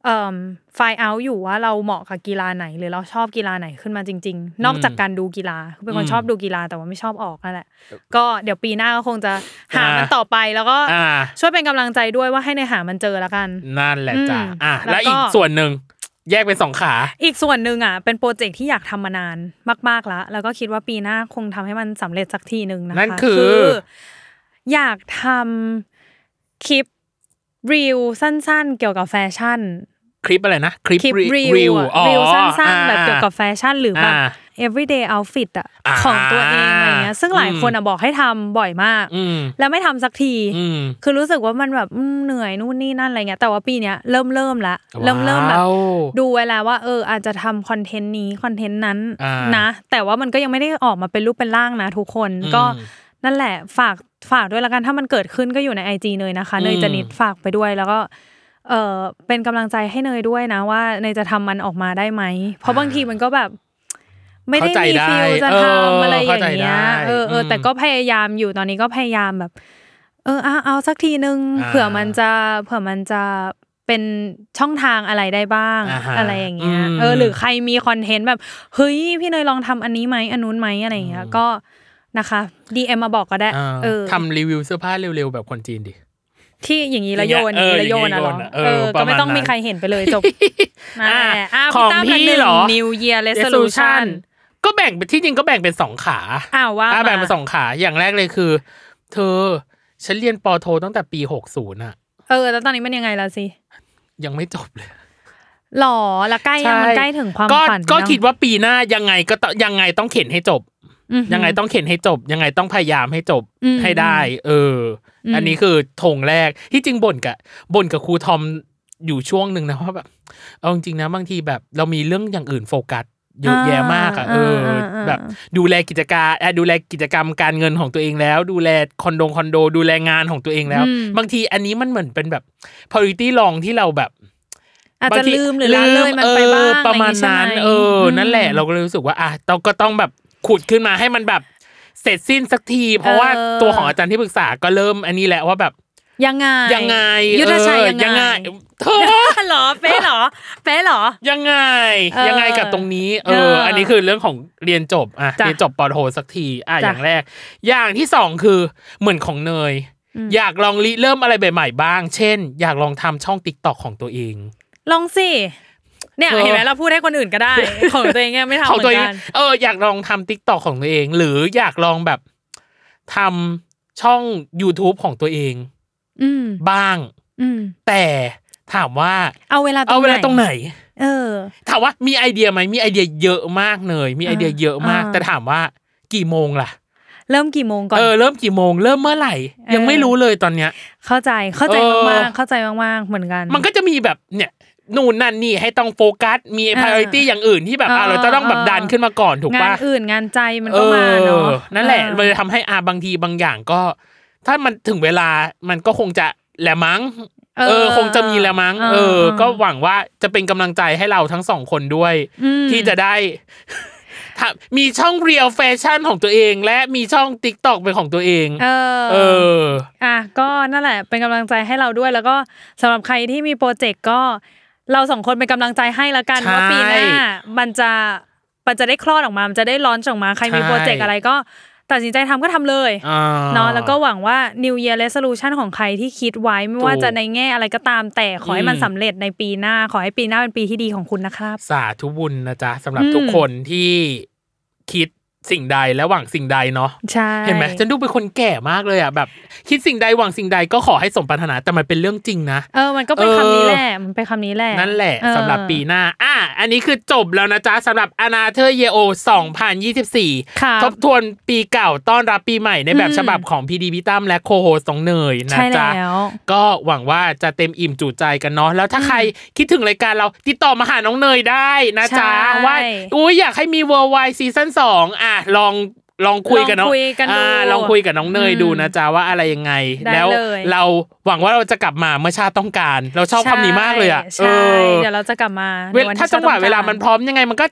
เอ่อไฟล์เอาท์อยู่ว่าเราเหมาะกับกีฬาไหนหรือเราชอบกีฬาไหนขึ้นมาจริงๆนอกจากการดูกีฬาเป็นคนชอบดูกีฬาแต่ว่าไม่ชอบออกนั่นแหละก็เดี๋ยวปีหน้าก็คงจะหามันต่อไปแล้วก็ช่วยเป็นกำลังใจด้วยว่าให้ในหามันเจอแล้วกันนั่นแหละจ้ะอ่ะแล้วอีกส่วนนึงแยกเป็นสองขาอีกส่วนนึงอ่ะเป็นโปรเจกต์ที่อยากทำมานานมากๆแล้วแล้วก็คิดว่าปีหน้าคงทำให้มันสำเร็จสักทีนึงนะคะนั่นคืออยากทำคลิปรีลสั้นๆเกี่ยวกับแฟชั่นคลิปอะไรนะคลิปรีลรีลสั้นๆแบบเกี่ยวกับแฟชั่นหรือแบบ everyday outfit อ่ะของตัวเองอะไรเงี้ยซึ่งหลายคนอ่ะบอกให้ทำบ่อยมากแล้วไม่ทำสักทีคือรู้สึกว่ามันแบบเหนื่อยนู่นนี่นั่นอะไรเงี้ยแต่ว่าปีเนี้ยเริ่มเริ่มละเริ่มเริ่มแบบดูเวลาว่าเอออาจจะทำคอนเทนต์นี้คอนเทนต์นั้นนะแต่ว่ามันก็ยังไม่ได้ออกมาเป็นรูปเป็นร่างนะทุกคนก็นั่นแหละฝากฝากด้วยละกันถ้ามันเกิดขึ้นก็อยู่ใน ไอ จี เนยนะคะเนยจะนิดฝากไปด้วยแล้วก็เออเป็นกำลังใจให้เนยด้วยนะว่าเนยจะทำมันออกมาได้ไหมเพราะบางทีมันก็แบบไม่ได้มีฟีลจะทำอะไรอย่างเงี้ยเออเออแต่ก็พยายามอยู่ตอนนี้ก็พยายามแบบเออเอาเอาสักทีนึงเผื่อมันจะเผื่อมันจะเป็นช่องทางอะไรได้บ้างอะไรอย่างเงี้ยเออหรือใครมีคอนเทนต์แบบเฮ้ยพี่เนยลองทำอันนี้ไหมอันนู้นไหมอะไรอย่างเงี้ยก็นะคะ ดี เอ็ม มาบอกก็ได้เออทำรีวิวเสื้อผ้าเร็วๆแบบคนจีนดิที่อย่างนี้ละโยนอย่างนี้ละโยนอ่ะหรอเออก็ไม่ต้องมีใครเห็นไปเลยจบอ่าของพี่เหรอ New Year Resolution ก็แบ่งเป็นที่จริงก็แบ่งเป็นสองขาอ้าวว่าแบ่งเป็นสองขาอย่างแรกเลยคือเธอฉันเรียนป.โทตั้งแต่ปีหกสิบอ่ะเออแล้วตอนนี้มันยังไงล่ะสิยังไม่จบเลยหรอแล้วใกล้ยังมันใกล้ถึงความฝันก็คิดว่าปีหน้ายังไงก็ยังไงต้องเข็นให้จบยังไงต้องเข็นให้จบยังไงต้องพยายามให้จบให้ได้เอออันนี้คือธงแรกที่จริงบ่นกับบ่นกับครูทอมอยู่ช่วงนึงนะว่าแบบเอาจริงๆนะบางทีแบบเรามีเรื่องอย่างอื่นโฟกัสเยอะแยะมากอ่ะเออแบบดูแลกิจการดูแลกิจกรรมการเงินของตัวเองแล้วดูแลคอนโดคอนโดดูแลงานของตัวเองแล้วบางทีอันนี้มันเหมือนเป็นแบบ priority รองที่เราแบบอาจจะลืมหรือละเลยมันไปบ้างประมาณนั้นเออนั่นแหละเราก็เลยรู้สึกว่าอ่ะเราก็ต้องแบบขุดขึ้นมาให้มันแบบเสร็จสิ้นสักทีเพราะว่าตัวของอาจารย์ที่ปรึกษาก็เริ่มอันนี้แหละว่าแบบยังไงยังไงยุทธชัยยังไงเธอหรอเป๊ะหรอเป๊ะหรอยังไงยังไงกับตรงนี้เอออันนี้คือเรื่องของเรียนจบอ่ะเรียนจบป.โทสักทีอ่ะอย่างแรกอย่างที่สองคือเหมือนของเนยอยากลองริเริ่มอะไรใหม่ๆบ้างเช่นอยากลองทำช่อง TikTok ของตัวเองลองสิเนี่ยเห็นไหมเราพูดให้คนอื่นก็ได้ของตัวเองเนี่ยไม่ทำเหมือนกันเอออยากลองทำ TikTok ของตัวเองหรืออยากลองแบบทำช่อง YouTube ของตัวเองบ้างแต่ถามว่าเอาเวลาเอาเวลาตรงไหนเออถามว่ามีไอเดียไหมมีไอเดียเยอะมากเลยมีไอเดียเยอะมากแต่ถามว่ากี่โมงล่ะเริ่มกี่โมงก่อนเออเริ่มกี่โมงเริ่มเมื่อไหร่ยังไม่รู้เลยตอนเนี้ยเข้าใจเข้าใจมากๆเข้าใจมากๆเหมือนกันมันก็จะมีแบบเนี่ยนู่นนั่นนี่ให้ต้องโฟกัสมี priority อย่างอื่นที่แบบเราจะต้องแบบดันขึ้นมาก่อนถูกป่ะงานอื่นงานใจมันก็มาเนาะนั่นแหละมันจะทำให้อาบางทีบางอย่างก็ถ้ามันถึงเวลามันก็คงจะแหละมั้งเออคงจะมีแหละมั้งเออก็หวังว่าจะเป็นกำลังใจให้เราทั้งสองคนด้วยที่จะได้มีช่องเรียลแฟชั่นของตัวเองและมีช่อง TikTok เป็นของตัวเองเออเอออ่ะก็นั่นแหละเป็นกำลังใจให้เราด้วยแล้วก็สำหรับใครที่มีโปรเจกต์ก็เราสองคนเป็นกำลังใจให้ละกันว่าปีหน้ามันจะมันจะได้คลอดออกมามันจะได้ลอนช์ออกมาใครมีโปรเจกต์อะไรก็ตัดสินใจทำก็ทำเลยเนาะแล้วก็หวังว่า New Year Resolution ของใครที่คิดไว้ไม่ว่าจะในแง่อะไรก็ตามแต่ขอให้มันสำเร็จในปีหน้าขอให้ปีหน้าเป็นปีที่ดีของคุณนะครับสาธุบุญนะจ๊ะสำหรับทุกคนที่คิดสิ่งใดและหวังสิ่งใดเนาะเห็นไหมฉันดูเป็นคนแก่มากเลยอ่ะแบบคิดสิ่งใดหวังสิ่งใดก็ขอให้สมปรารถนาแต่มันเป็นเรื่องจริงนะเออมันก็เป็นคำนี้แหละมันเป็นคำนี้แหละนั่นแหละสำหรับปีหน้าอ่ะอันนี้คือจบแล้วนะจ๊ะสำหรับ Another Year O สองพันยี่สิบสี่ทบทวนปีเก่าต้อนรับปีใหม่ในแบบฉบับของพีดีพี่ตั้มและโคโฮสต์น้องเนยนะจ๊ะก็หวังว่าจะเต็มอิ่มจุใจกันเนาะแล้วถ้าใครคิดถึงรายการเราติดต่อมาหาน้องเนยได้นะจ๊ะว่าอุ้ยอยากให้มี Worldwide Season สองอ่ะลองลองคุยกันเนาะอ่าลองคุยกับน้องเนยดูนะจ๊ะว่าอะไรยังไงแล้วเราหวังว่าเราจะกลับมาเมื่อชาติต้องการเราชอบคำนี้มากเลยอ่ะใช่เดี๋ยวเราจะกลับมาถ้าจังหวะเวลามันพร้อมยังไงมันก็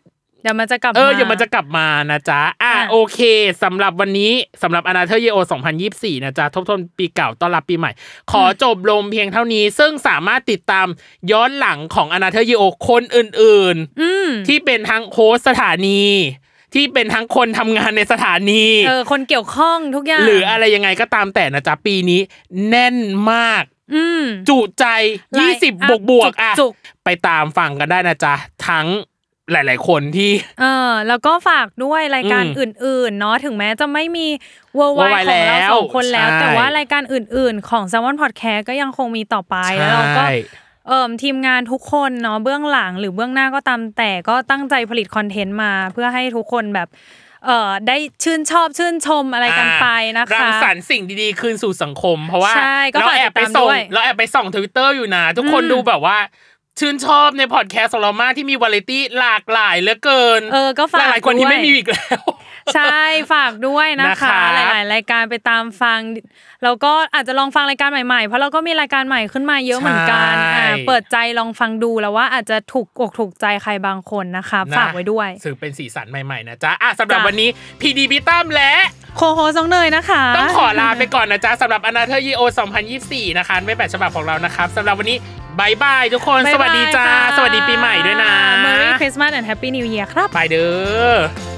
เดี๋ยวมันจะกลับมาเออเดี๋ยวมันจะกลับมานะจ๊ะอ่ะโอเคสำหรับวันนี้สำหรับ Another Year สองพันยี่สิบสี่นะจ๊ะทบทวนปีเก่าต้อนรับปีใหม่ขอจบลงเพียงเท่านี้ซึ่งสามารถติดตามย้อนหลังของ Another Year คนอื่นๆที่เป็นทั้งโฮสต์สถานีที่เป็นทั้งคนทำงานในสถานีเออคนเกี่ยวข้องทุกอย่างหรืออะไรยังไงก็ตามแต่นะจ๊ะปีนี้แน่นมากจุใจยี่สิบบวกๆอ่ะไปตามฟังกันได้นะจ๊ะทั้งหลายๆคนที่เออแล้วก็ฝากด้วยรายการอื่นๆเนาะถึงแม้จะไม่มี Worldwide ของเราสองคนแล้วแต่ว่ารายการอื่นๆของ Salmon Podcast ก็ยังคงมีต่อไปแล้วเราก็เอ่อทีมงานทุกคนเนาะเบื้องหลังหรือเบื้องหน้าก็ตามแต่ก็ตั้งใจผลิตคอนเทนต์มาเพื่อให้ทุกคนแบบเอ่อได้ชื่นชอบชื่นชมอะไรกันไปนะคะรังสรรค์สิ่งดีๆคืนสู่สังคมเพราะว่าเราแอบไปส่งเราแอบไปส่อง Twitter อยู่นะทุกคนดูแบบว่าชื่นชอบในพอดแคสต์ของเรามากที่มีวาไรตี้หลากหลายเหลือเกินเออก็ฝากหลายคนที่ไม่มีอีกแล้วใช่ฝากด้วยนะคะหลายๆรายการไปตามฟังแล้วก็อาจจะลองฟังรายการใหม่ๆเพราะเราก็มีรายการใหม่ขึ้นมาเยอะเหมือนกันอ่าเปิดใจลองฟังดูแล้วว่าอาจจะถูกอกถูกใจใครบางคนนะคะฝากไว้ด้วยสื่อเป็นสีสันใหม่ๆนะจ๊ะอ่ะสำหรับวันนี้พีดีพี่ตั้มและโคโฮสน้องเนยนะคะต้องขอลาไปก่อนนะจ๊ะสำหรับ Another Year สองพันยี่สิบสี่นะคะไม่แบบฉบับของเรานะครับสำหรับวันนี้บายบายทุกคนสวัสดีจ้าสวัสดีปีใหม่ด้วยนะ Merry Christmas and Happy New Year ครับไปเด้อ